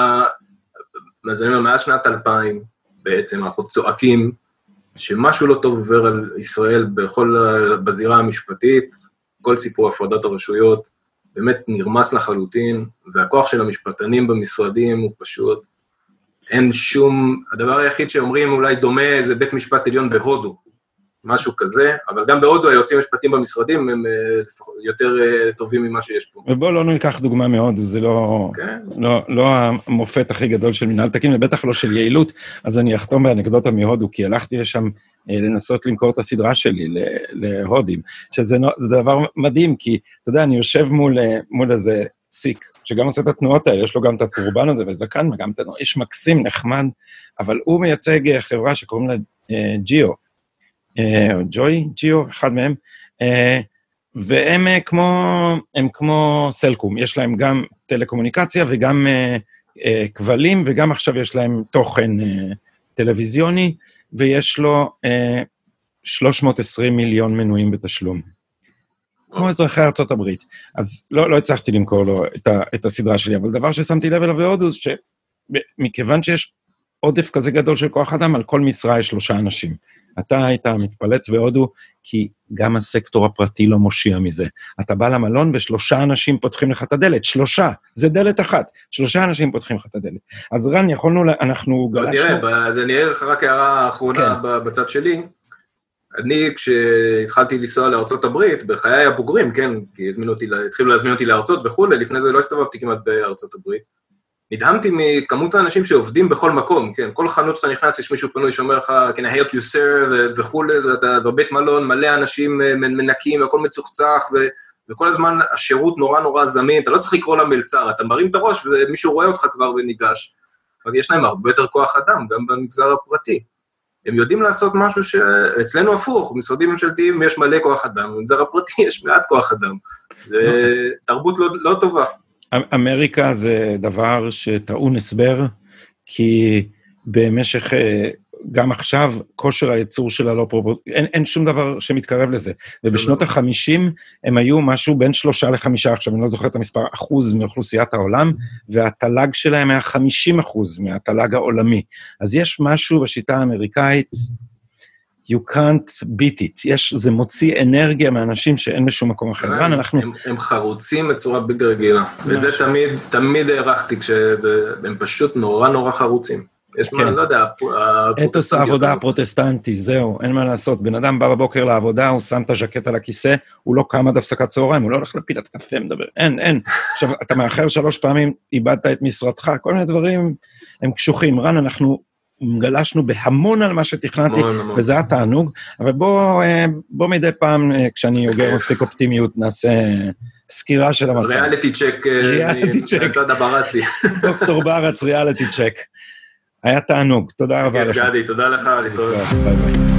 מאז שנת 2000, בעצם אנחנו צועקים, שמשהו לא טוב עובר על ישראל בזירה המשפטית, כל סיפור הפרדת הרשויות, באמת נרמס לחלוטין, והכוח של המשפטנים במשרדים הוא פשוט, אין שום, הדבר היחיד שאומרים אולי דומה זה בית משפט עליון בהודו, משהו כזה, אבל גם בהודו היועצים המשפטיים במשרדים הם יותר טובים ממה שיש פה.
ובואו לא ניקח דוגמה מהודו, זה לא המופת הכי גדול של מנהל תקין, ובטח לא של יעילות, אז אני אחתום באנקדוטה מהודו, כי הלכתי לשם לנסות למכור את הסדרה שלי להודים, שזה דבר מדהים, כי אתה יודע, אני יושב מול איזה סיק, שגם עושה את התנועות האלה, יש לו גם את הקורבן הזה וזקן, וגם את איש מקסים, נחמד, אבל הוא מייצג חברה שקוראים לה ג'יו, ג'יו, אחד מהם, והם כמו סלקום, יש להם גם טלקומוניקציה וגם כבלים, וגם עכשיו יש להם תוכן טלוויזיוני, ויש לו 320 מיליון מנויים בתשלום. כמו אזרחי ארצות הברית. אז לא הצלחתי למכור לו את הסדרה שלי, אבל דבר ששמתי לב אליו בהודו, שמכיוון שיש עודף כזה גדול של כוח אדם, על כל משרה יש 3 אנשים. אתה היית מתפלץ בהודו, כי גם הסקטור הפרטי לא מושיע מזה. אתה בא למלון ו3 אנשים פותחים לך את הדלת, 3, זה דלת אחת, 3 אנשים פותחים לך את הדלת. אז רן, אנחנו גלשנו...
תראה, אז אני אראה לך רק הערה האחרונה בצד שלי. אני, כשהתחלתי לנסוע לארצות הברית, בחיי הבוגרים, כן, כי התחילו להזמין אותי לארצות וכו', לפני זה לא הסתובבתי כמעט בארצות הברית. נדהמתי מכמות האנשים שעובדים בכל מקום, כן, כל חנות שאתה נכנס, יש מישהו פנוי שאומר לך, can I help you sir, וכו', אתה בבית מלון, מלא אנשים מנקים, והכל מצוחצח, וכל הזמן השירות נורא נורא זמין, אתה לא צריך לקרוא למלצר, אתה מרים את הראש, ומישהו רואה אותך כבר וניגש. אבל יש להם הרבה יותר כוח אדם, גם במגזר הפרטי. הם יודעים לעשות משהו שאצלנו הפוך, משרדים ממשלתיים יש מלא כוח אדם, במגזר הפרטי יש מעט כוח אדם. זה תרבות לא טובה.
אמריקה זה דבר שטעון הסבר, כי במשך, גם עכשיו, כושר הייצור שלה לא פרופורציונלי, אין שום דבר שמתקרב לזה. ובשנות ה-50 הם היו משהו בין 3-5, עכשיו אני לא זוכר את המספר, אחוז מאוכלוסיית העולם, והתל"ג שלהם היה 50% מהתל"ג העולמי. אז יש משהו בשיטה האמריקאית, you can't beat it. זה מוציא אנרגיה מאנשים שאין בשום מקום אחר.
הם חרוצים בצורה בלתי רגילה. ואת זה תמיד הערכתי, כשהם פשוט נורא חרוצים. יש מה, לא יודע,
אתוס העבודה הפרוטסטנטי, זהו, אין מה לעשות. בן אדם בא בבוקר לעבודה, הוא שם את הז'קט על הכיסא, הוא לא קם עד הפסקת צהריים, הוא לא הולך לפילת קפה, מדבר. אין. עכשיו, אתה מאחר 3 פעמים, איבדת את משרתך, כל מיני דברים הם קשוחים. רן, אנחנו גלשנו בהמון על מה שתכננתי, וזה היה תענוג, אבל בוא מדי פעם, כשאני אוגר מספיק אופטימיות, נעשה סקירה של המצב.
ריאליטי צ'ק, מצד הברצי.
דוקטור ברץ, ריאליטי צ'ק. היה תענוג, תודה רבה לך.
גדי, תודה לך, להתראות.
ביי ביי.